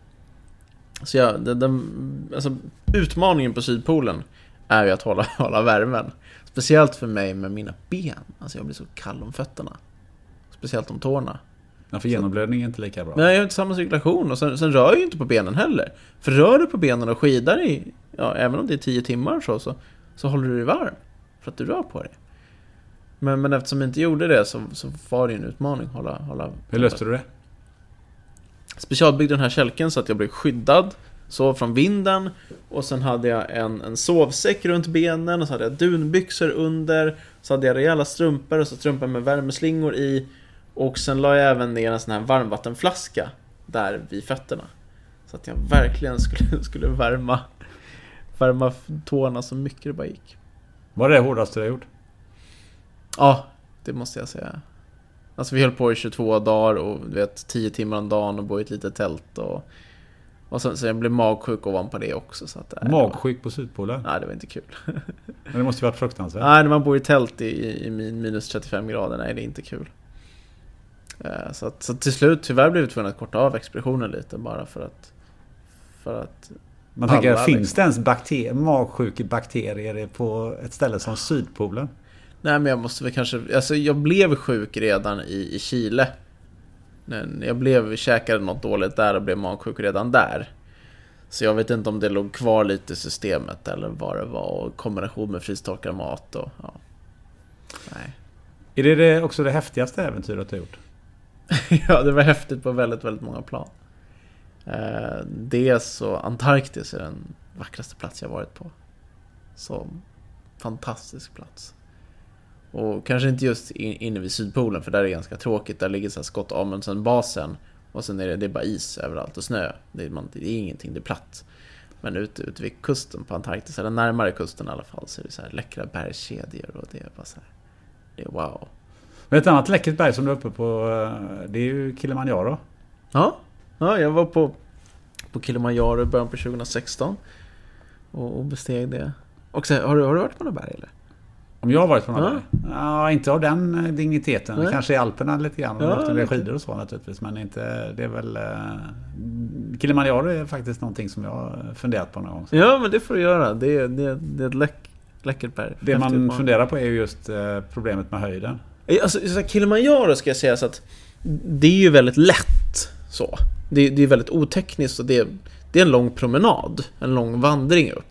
Så jag, den, den, alltså, utmaningen på Sydpolen är ju att hålla, hålla värmen. Speciellt för mig med mina ben. Alltså jag blir så kall om fötterna. Speciellt om tårna. Ja, för genomblödning är inte lika bra. Men jag har inte samma cirkulation. Och sen, sen rör jag ju inte på benen heller. För rör du på benen och skidar i, ja, även om det är tio timmar så, så, så håller du dig varm. För att du rör på dig. Men, men eftersom jag inte gjorde det så, så var det en utmaning. Hålla, hålla, Hur löste du det? Specialbyggde den här kälken så att jag blev skyddad. Så från vinden. Och sen hade jag en, en sovsäck runt benen. Och så hade jag dunbyxor under. Så hade jag rejäla strumpor. Och så strumpor med värmeslingor i. Och sen la jag även ner en sån här varmvattenflaska där vid fötterna. Så att jag verkligen skulle, skulle värma, värma tårna så mycket det bara gick. Var det hårdaste du har gjort? Ja, det måste jag säga. Alltså vi höll på i tjugotvå dagar och du vet, tio timmar om dagen och bo i ett litet tält. Och, och sen så jag blev magsjuk ovanpå det också. Så att, nej, magsjuk var, på Sydpolen? Nej, det var inte kul. Men det måste ju varit fruktansvärt. Nej, när man bor i tält i, i minus trettiofem grader, nej det är inte kul. Så, att, så till slut tyvärr blev vi tvungna att korta av expeditionen lite bara för att för att man tänker, alla, finns liksom. Det ens bakterier, magsjuka bakterier på ett ställe som Sydpolen? Nej, men jag måste väl kanske, alltså jag blev sjuk redan i, i Chile. Jag blev, käkade något dåligt där och blev magsjuk redan där. Så jag vet inte om det låg kvar lite i systemet eller vad det var, och kombination med frystorkad mat och ja. Nej. Är det, det också det häftigaste äventyret du har gjort? Ja, det var häftigt på väldigt, väldigt många plan. Eh, det så Antarktis är den vackraste plats jag varit på. Så fantastisk plats. Och kanske inte just inne vid Sydpolen, för där är det ganska tråkigt. Där ligger så här Scott Amundsen-basen och sen är det, det är bara is överallt och snö. Det är, man, det är ingenting, det är platt. Men ute, ute vid kusten på Antarktis, eller närmare kusten i alla fall, så är det så här läckra bergskedjor och det är bara så här, det är wow. Men ett annat läckert berg som du är uppe på, det är ju Kilimanjaro. Ja, ja jag var på, på Kilimanjaro i början på tjugo sexton och, och besteg det. Och så, har, du, har du varit på något berg eller? Om jag har varit på något ja. berg? Ja, inte av den digniteten. Nej. Kanske i Alperna lite grann, ja, och med skidor och så naturligtvis. Men inte, det är väl... Eh, Kilimanjaro är faktiskt någonting som jag har funderat på någon gång. Ja, men det får du göra. Det är, det är, det är ett läck, läckert berg. Det Häftigt man man. funderar på är ju just eh, problemet med höjden. Alltså, så Kilimanjaro ska jag säga så att det är ju väldigt lätt så. Det, det är väldigt otekniskt och det, det är en lång promenad, en lång vandring upp.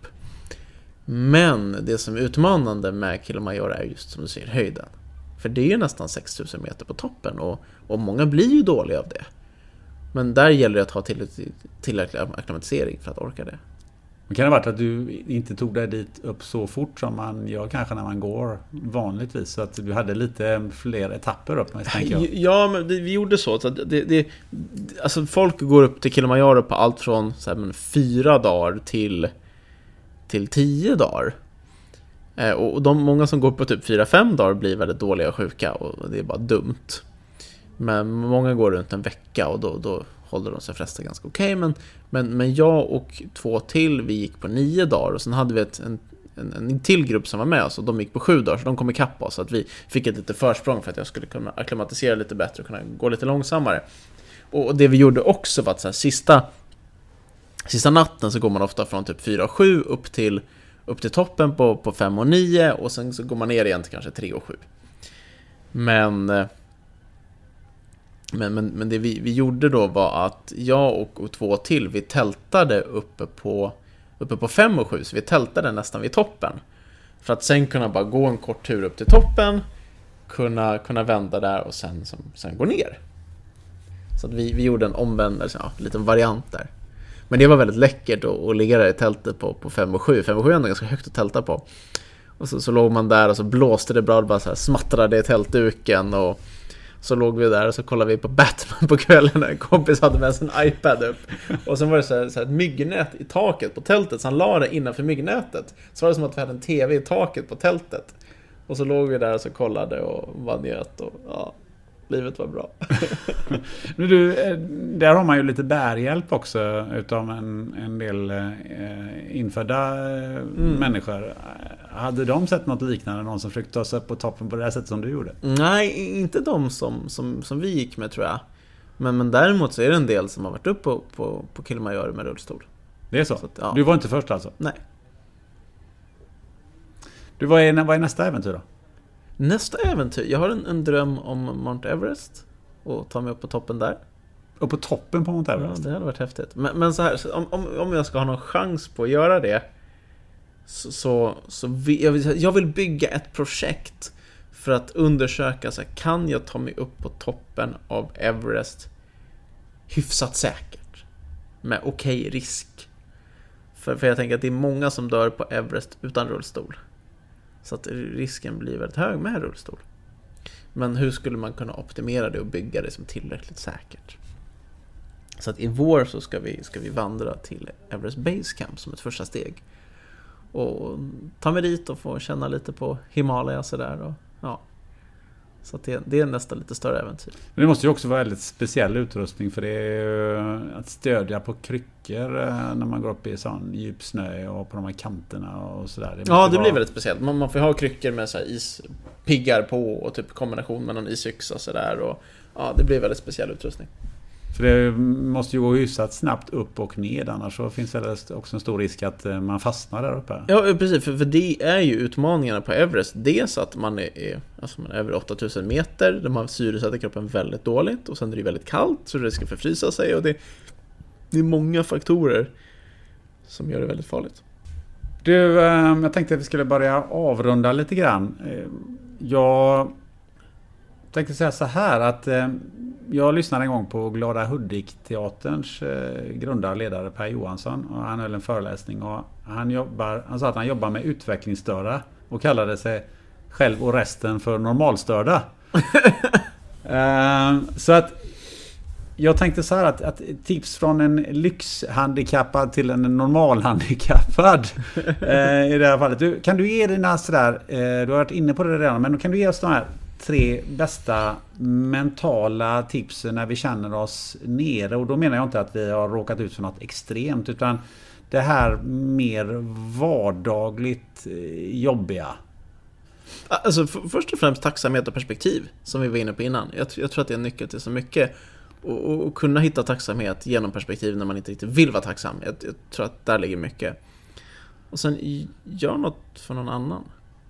Men det som är utmanande med Kilimanjaro är just som du säger höjden. För det är ju nästan sex tusen meter på toppen och, och många blir ju dåliga av det. Men där gäller det att ha tillräcklig, tillräcklig akklimatisering för att orka det. Men kan det ha varit att du inte tog dig dit upp så fort som man gör kanske när man går vanligtvis, så att du hade lite fler etapper upp, tänker jag? Ja, men det, vi gjorde så, så det, det, alltså folk går upp till Kilimanjaro på allt från så här, men, fyra dagar till till tio dagar. Eh, och de många som går på typ fyra fem dagar blir väldigt dåliga och sjuka, och det är bara dumt. Men många går runt en vecka och då, då håller de sig flesta ganska okej. Okay. Men, men, men jag och två till, vi gick på nio dagar och sen hade vi ett, en, en, en till grupp som var med oss och de gick på sju dagar, så de kom ikapp oss, så att vi fick ett lite försprång för att jag skulle kunna akklimatisera lite bättre och kunna gå lite långsammare. Och det vi gjorde också var att så här, sista Sista natten så går man ofta från typ fyra och sju upp till, upp till toppen på, på fem och nio, och sen så går man ner igen till kanske tre och sju. Men, men, men, men det vi, vi gjorde då var att jag och, och två till, vi tältade uppe på, uppe på fem och sju, så vi tältade nästan vid toppen. För att sen kunna bara gå en kort tur upp till toppen, kunna, kunna vända där och sen, som, sen gå ner. Så att vi, vi gjorde en omvändelse, ja, en liten variant där. Men det var väldigt läckert att, att ligga där i tältet på, på fem och sju. fem och sju är ändå ganska högt att tälta på. Och så, så låg man där och så blåste det bra, bara så här smattrade i tältduken. Och så låg vi där och så kollade vi på Batman på kvällen. En kompis hade med sin iPad upp. Och sen var det så här, så här ett myggnät i taket på tältet. Så han la det innanför myggnätet. Så var det som att vi hade en tv i taket på tältet. Och så låg vi där och så kollade och var njöt. Och ja, livet var bra. Men du, där har man ju lite bärhjälp också utav en, en del eh, infödda mm. människor. Hade de sett något liknande? Någon som försökte ta sig upp på toppen på det här sättet som du gjorde? Nej, inte de som, som, som vi gick med, tror jag. Men, men däremot så är det en del som har varit upp på, på, på Kilimanjaro med rullstol. Det är så? så att, ja. Du var inte först alltså? Nej. Du, vad är, vad är nästa äventyr då? Nästa äventyr? Jag har en, en dröm om Mount Everest och ta mig upp på toppen där. Och på toppen på Mount Everest? Ja, det hade varit häftigt. Men, men så här, så om, om, om jag ska ha någon chans på att göra det, så, så, så vi, jag, vill, jag vill bygga ett projekt för att undersöka så här, kan jag ta mig upp på toppen av Everest hyfsat säkert med okej risk. För, för jag tänker att det är många som dör på Everest utan rullstol. Så att risken blir väldigt hög med rullstol. Men hur skulle man kunna optimera det och bygga det som tillräckligt säkert? Så att i vår så ska vi, ska vi vandra till Everest Base Camp som ett första steg. Och ta mig dit och få känna lite på Himalaya så där. Och, ja. Så att det, det är nästan lite större äventyr. Men det måste ju också vara väldigt speciell utrustning, för det är ju att stödja på kryckor när man går upp i sån djup snö och på de här kanterna och sådär. Det ja, det vara... blir väldigt speciellt. Man, man får ha kryckor med så här ispiggar på och typ kombination med någon isyxa och sådär. Och ja, det blir väldigt speciell utrustning. För det måste ju gå hyfsat snabbt upp och ned, annars så finns det också en stor risk att man fastnar där uppe. Ja, precis, för, för det är ju utmaningarna på Everest. Dels att man är, är, alltså man är över åtta tusen meter, där man syresätter kroppen väldigt dåligt, och sen är det väldigt kallt så det ska förfrysa sig, och det, det är många faktorer. som gör det väldigt farligt. Du, jag tänkte att vi skulle börja avrunda lite grann. Jag tänkte säga så här att jag lyssnade en gång på Glada Hudik-teaterns grundarledare Per Johansson, och han höll en föreläsning och han, jobbar, han sa att han jobbar med utvecklingsstörda och kallade sig själv och resten för normalstörda. Så att jag tänkte så här att, att tips från en lyxhandikappad till en normalhandikappad eh, i det här fallet. Du, kan du ge dina sådär, eh, du har varit inne på det redan, men kan du ge oss de här tre bästa mentala tipsen när vi känner oss nere? Och då menar jag inte att vi har råkat ut för något extremt, utan det här mer vardagligt eh, jobbiga. Alltså f- först och främst tacksamhet och perspektiv, som vi var inne på innan. Jag, jag tror att det är en nyckel till så mycket. Och, och, och kunna hitta tacksamhet genom perspektiv när man inte riktigt vill vara tacksam. Jag, jag tror att där ligger mycket. Och sen gör något för någon annan.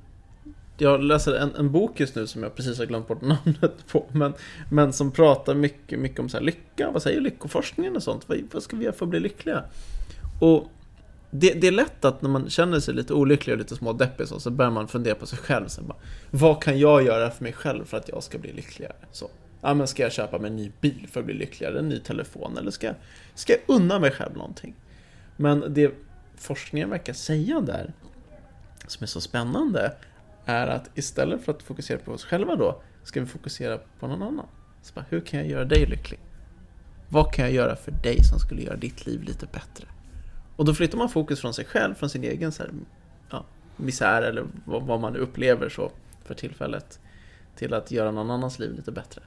Jag läser en, en bok just nu som jag precis har glömt bort namnet på. Men, men som pratar mycket, mycket om så här lycka. Vad säger lyckoforskningen och sånt? Vad, vad ska vi göra för att bli lyckliga? Och det, det är lätt att när man känner sig lite olycklig och lite smådeppig så, så börjar man fundera på sig själv. Så bara, vad kan jag göra för mig själv för att jag ska bli lyckligare? Så. Ja, men ska jag köpa mig en ny bil för att bli lyckligare, en ny telefon, eller ska, ska jag unna mig själv någonting? Men det forskningen verkar säga där, som är så spännande, är att istället för att fokusera på oss själva då, ska vi fokusera på någon annan. Så bara, hur kan jag göra dig lycklig? Vad kan jag göra för dig som skulle göra ditt liv lite bättre? Och då flyttar man fokus från sig själv, från sin egen så här, ja, misär eller vad, vad man upplever så för tillfället, till att göra någon annans liv lite bättre.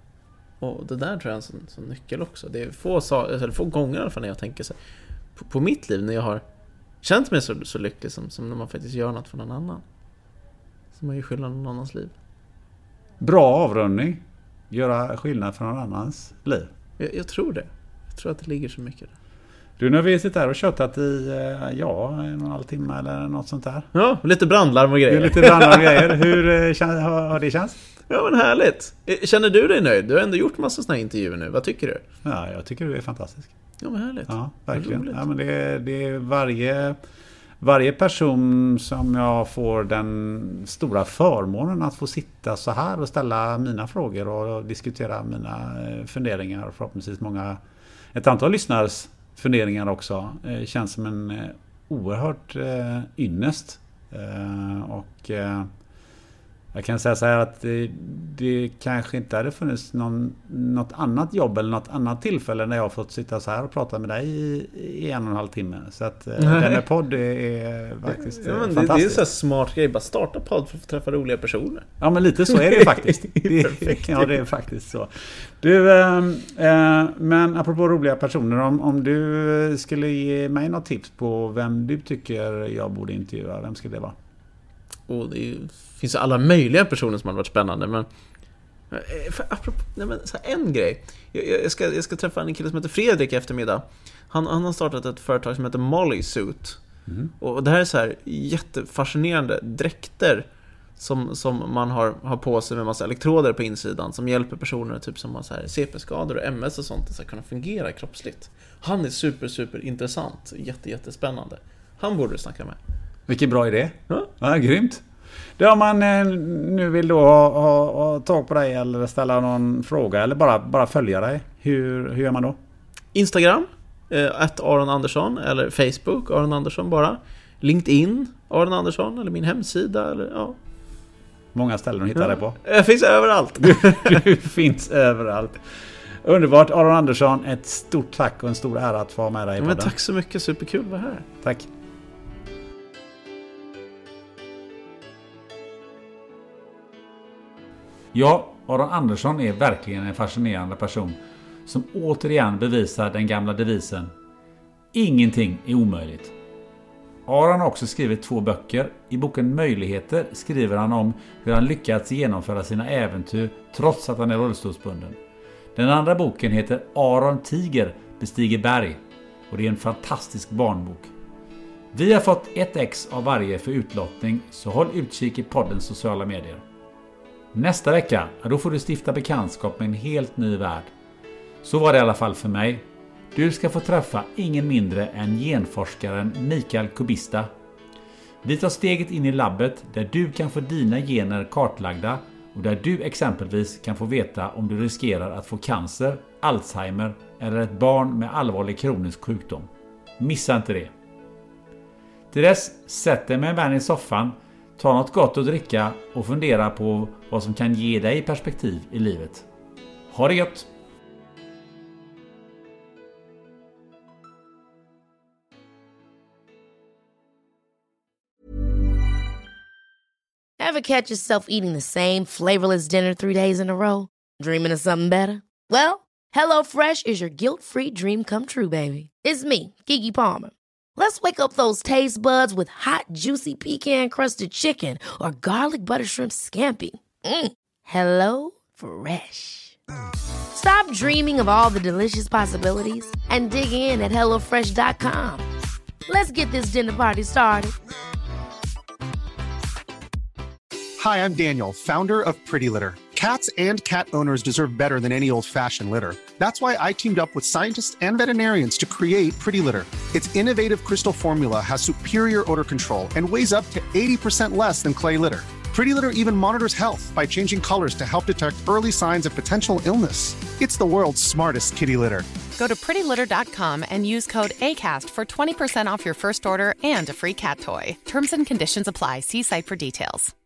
Och det där tror jag är en sån, sån nyckel också. Det är få, eller få gånger i alla fall när jag tänker så här, på, på mitt liv, när jag har känt mig så, så lycklig som, som när man faktiskt gör något för någon annan. Så man gör skillnad i någon annans liv. Bra avrundning. Göra skillnad för någon annans liv. Jag, jag tror det. Jag tror att det ligger så mycket där. Du, nu har vi sitter här och köttat i, ja, en och en halv timme eller något sånt där. Ja, lite brandlarm och grejer. Lite brandlarm och grejer. Hur känns, har, har det känts? Ja, men härligt. Känner du dig nöjd? Du har ändå gjort massa såna här intervjuer nu. Vad tycker du? Ja, jag tycker du är fantastisk. Ja, men härligt. Ja, verkligen. Ja, men det, det är varje, varje person som jag får den stora förmånen att få sitta så här och ställa mina frågor och diskutera mina funderingar. Förhoppningsvis många, ett antal lyssnares funderingar också. Känns som en oerhört ynnest. Och jag kan säga så här att det, det kanske inte hade funnits någon, något annat jobb eller något annat tillfälle när jag har fått sitta så här och prata med dig i, i en och en halv timme. Så att den här podd är faktiskt ja, men fantastisk. Det, det är en så här smart grej, bara starta podd för att träffa roliga personer. Ja, men lite så är det faktiskt. Det, ja, det är faktiskt så. Du, äh, äh, men apropå roliga personer, om, om du skulle ge mig något tips på vem du tycker jag borde intervjua, vem skulle det vara? Och det är, finns alla möjliga personer som har varit spännande, men, för, apropå, nej, men så här, en grej jag, jag, ska, jag ska träffa en kille som heter Fredrik i eftermiddag. Han, han har startat ett företag som heter Molly Suit. Mm. Och det här är så här jättefascinerande dräkter som, som man har, har på sig med massa elektroder på insidan som hjälper personer typ som har så här C P-skador och M S och sånt att kunna fungera kroppsligt. Han är super super intressant, jätte jättespännande. Han borde du snacka med. Vilken bra idé. Ja, ja, grymt. Det om man eh, nu vill då ha, ha, ha tag på dig eller ställa någon fråga eller bara, bara följa dig. Hur, hur gör man då? Instagram, eh, at Aron Andersson, eller Facebook, Aron Andersson bara. LinkedIn, Aron Andersson, eller min hemsida. Eller, ja. Många ställen att hitta ja. dig på. Jag finns överallt. Du, du finns överallt. Underbart, Aron Andersson. Ett stort tack och en stor ära att få ha med dig i podden. Men tack så mycket, superkul att vara här. Tack. Ja, Aron Andersson är verkligen en fascinerande person som återigen bevisar den gamla devisen: ingenting är omöjligt. Aron har också skrivit två böcker. I boken Möjligheter skriver han om hur han lyckats genomföra sina äventyr trots att han är rullstolsbunden. Den andra boken heter Aron Tiger bestiger berg och det är en fantastisk barnbok. Vi har fått ett ex av varje för utlottning, så håll utkik i poddens sociala medier. Nästa vecka, då får du stifta bekantskap med en helt ny värld. Så var det i alla fall för mig. Du ska få träffa ingen mindre än genforskaren Mikael Kubista. Vi tar steget in i labbet där du kan få dina gener kartlagda och där du exempelvis kan få veta om du riskerar att få cancer, Alzheimer eller ett barn med allvarlig kronisk sjukdom. Missa inte det. Till dess, sätt dig med en vän i soffan, ta något gott att dricka och fundera på vad som kan ge dig perspektiv i livet. Ha det gött! Ever catch yourself eating the same flavorless dinner three days in a row? Dreaming of something better? Well, HelloFresh is your guilt-free dream come true, baby. It's me, Keke Palmer. Let's wake up those taste buds with hot, juicy pecan-crusted chicken or garlic butter shrimp scampi. Mm. Hello Fresh. Stop dreaming of all the delicious possibilities and dig in at hello fresh dot com. Let's get this dinner party started. Hi, I'm Daniel, founder of Pretty Litter. Cats and cat owners deserve better than any old-fashioned litter. That's why I teamed up with scientists and veterinarians to create Pretty Litter. Its innovative crystal formula has superior odor control and weighs up to eighty percent less than clay litter. Pretty Litter even monitors health by changing colors to help detect early signs of potential illness. It's the world's smartest kitty litter. Go to pretty litter dot com and use code ACAST for twenty percent off your first order and a free cat toy. Terms and conditions apply. See site for details.